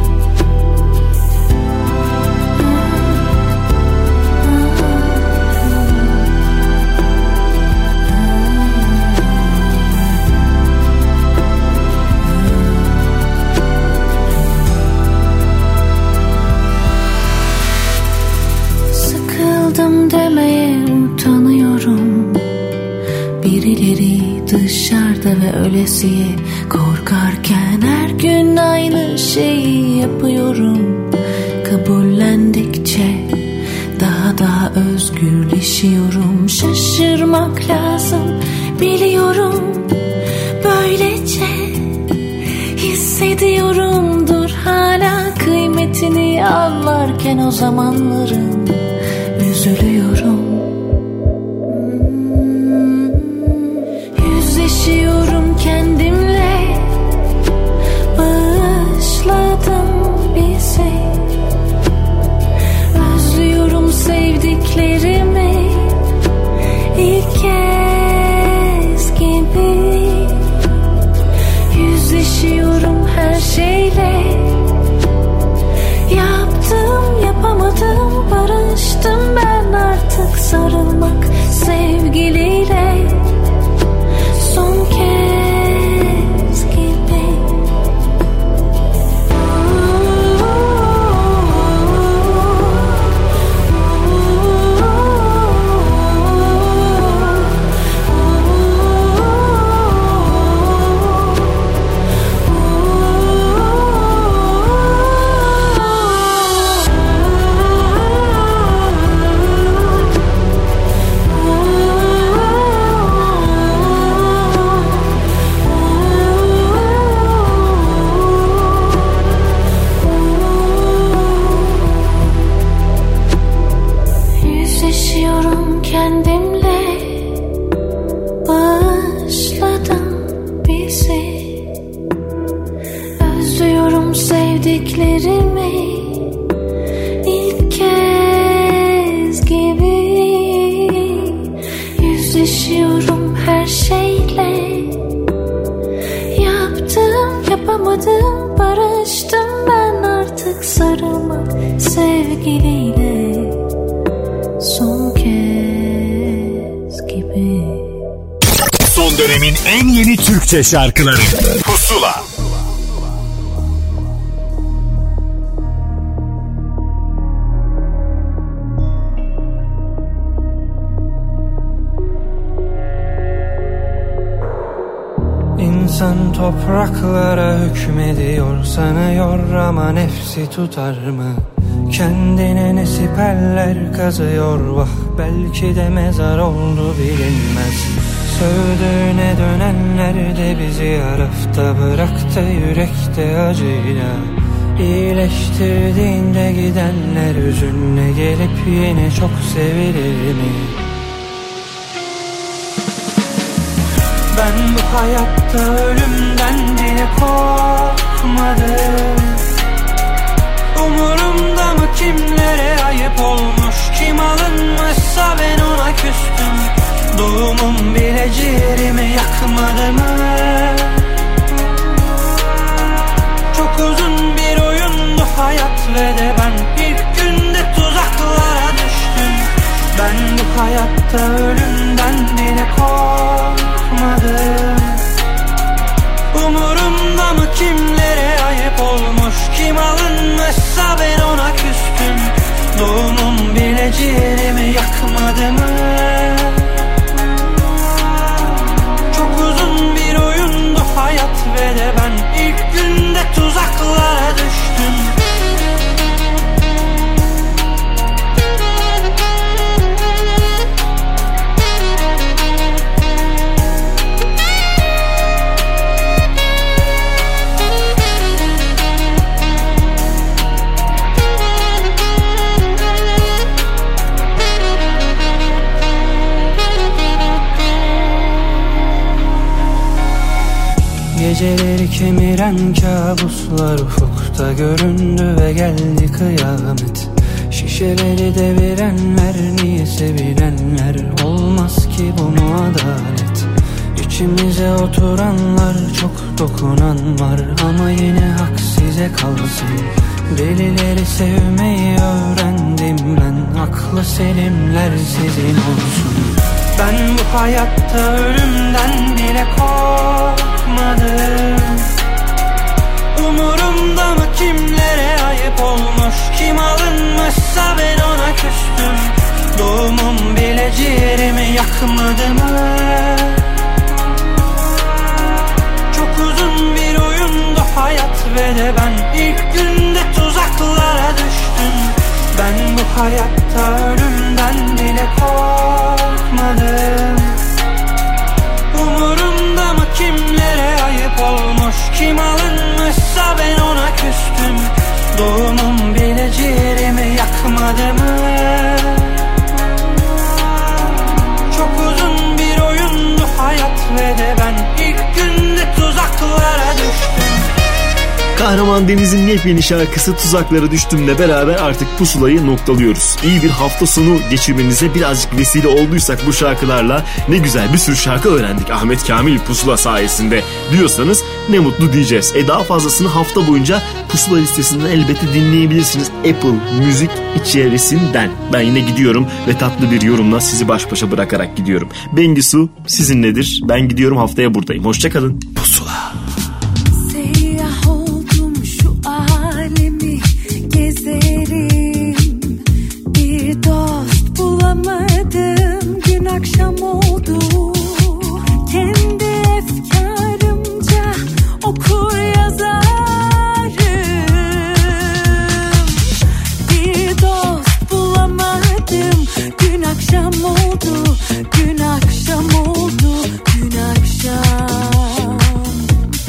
Sıkıldım demeye utanıyorum. Birileri dışarıda ve ölesiye korkarken her gün aynı şeyi yapıyorum. Kabullendikçe daha da özgürleşiyorum. Şaşırmak lazım biliyorum. Böylece hissediyorumdur hala kıymetini anlarken o zamanların üzülüyorum. Yüzleşiyorum kendimle, bağışladım bizi. Özlüyorum sevdiklerimi ilk kez gibi. Yüzleşiyorum her şeyle, yaptım yapamadım, barıştım ben artık sarılmak sevgiliyle. Son kez gibi. Yüzleşiyorum kendimle, bağışladım bizi. Özlüyorum sevdiklerimi ilk kez gibi. Yüzleşiyorum her şeyle, yaptım yapamadım, barıştım ben artık sarılmak sevgiliyle. Son kez gibi. Son dönemin en yeni Türkçe şarkıları Pusula. İnsan topraklara hükmediyor sanıyor ama nefsi tutar mı? Kendine ne siperler kazıyor, vah belki de mezar oldu bilinmez. Sövdüğüne dönenler de bizi yarafta bıraktı yürekte acıyla. İyileştirdiğinde gidenler hüzünle gelip yine çok sevilir mi? Ben bu hayatta ölümden bile korkmadım. Umurumda mı kimlere ayıp olmuş, kim alınmışsa ben ona küstüm. Doğumum bile ciğerimi yakmadı mı? Çok uzun bir oyundu hayat ve de ben ilk günde tuzaklara düştüm. Ben bu hayatta ölümden bile korkmadım. Umurumda mı kimlere ayıp olmuş, kim alınmışsa ben ona küstüm. Doğumum bile ciğerimi yakmadı mı? Çok uzun bir oyundu hayat ve de ben ilk günde tuzaklara düştüm. Geceleri kemiren kabuslar ufukta göründü ve geldi kıyamet. Şişeleri devirenler, niye sevilenler, olmaz ki bu mu adalet? İçimize oturanlar, çok dokunan var ama yine hak size kalsın. Delileri sevmeyi öğrendim ben, aklı selimler sizin olsun. Ben bu hayatta ölümden bile korkmadım. Umurumda mı kimlere ayıp olmuş, kim alınmışsa ben ona küstüm. Doğumum bile ciğerimi yakmadı mı? Çok uzun bir oyundu hayat ve de ben ilk günde tuzaklara düştüm. Ben bu hayatta ölümden bile korkmadım. Umurumda mı kimlere ayıp olmuş, kim alınmışsa ben ona küstüm. Doğumum bile ciğerimi yakmadı mı? Çok uzun bir oyundu hayat ve de ben ilk günde tuzaklara düştüm. Kahraman Deniz'in yepyeni şarkısı Tuzaklara Düştüm'le beraber artık pusulayı noktalıyoruz. İyi bir hafta sonu geçirmenize birazcık vesile olduysak bu şarkılarla, ne güzel bir sürü şarkı öğrendik Ahmet Kamil Pusula sayesinde diyorsanız ne mutlu diyeceğiz. Daha fazlasını hafta boyunca Pusula listesinden elbette dinleyebilirsiniz Apple Müzik içerisinden. Ben yine gidiyorum ve tatlı bir yorumla sizi baş başa bırakarak gidiyorum. Bengisu sizinledir. Ben gidiyorum, haftaya buradayım. Hoşçakalın. Pusula. Bir dost bulamadım, gün akşam oldu. Kendi efkarımca okur yazarım. Bir dost bulamadım, gün akşam oldu. Gün akşam oldu, gün akşam.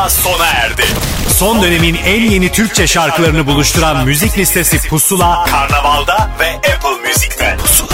Pusula sona erdi. Son dönemin en yeni Türkçe şarkılarını buluşturan müzik listesi Pusula, Karnaval'da ve Apple Music'te. Pusula.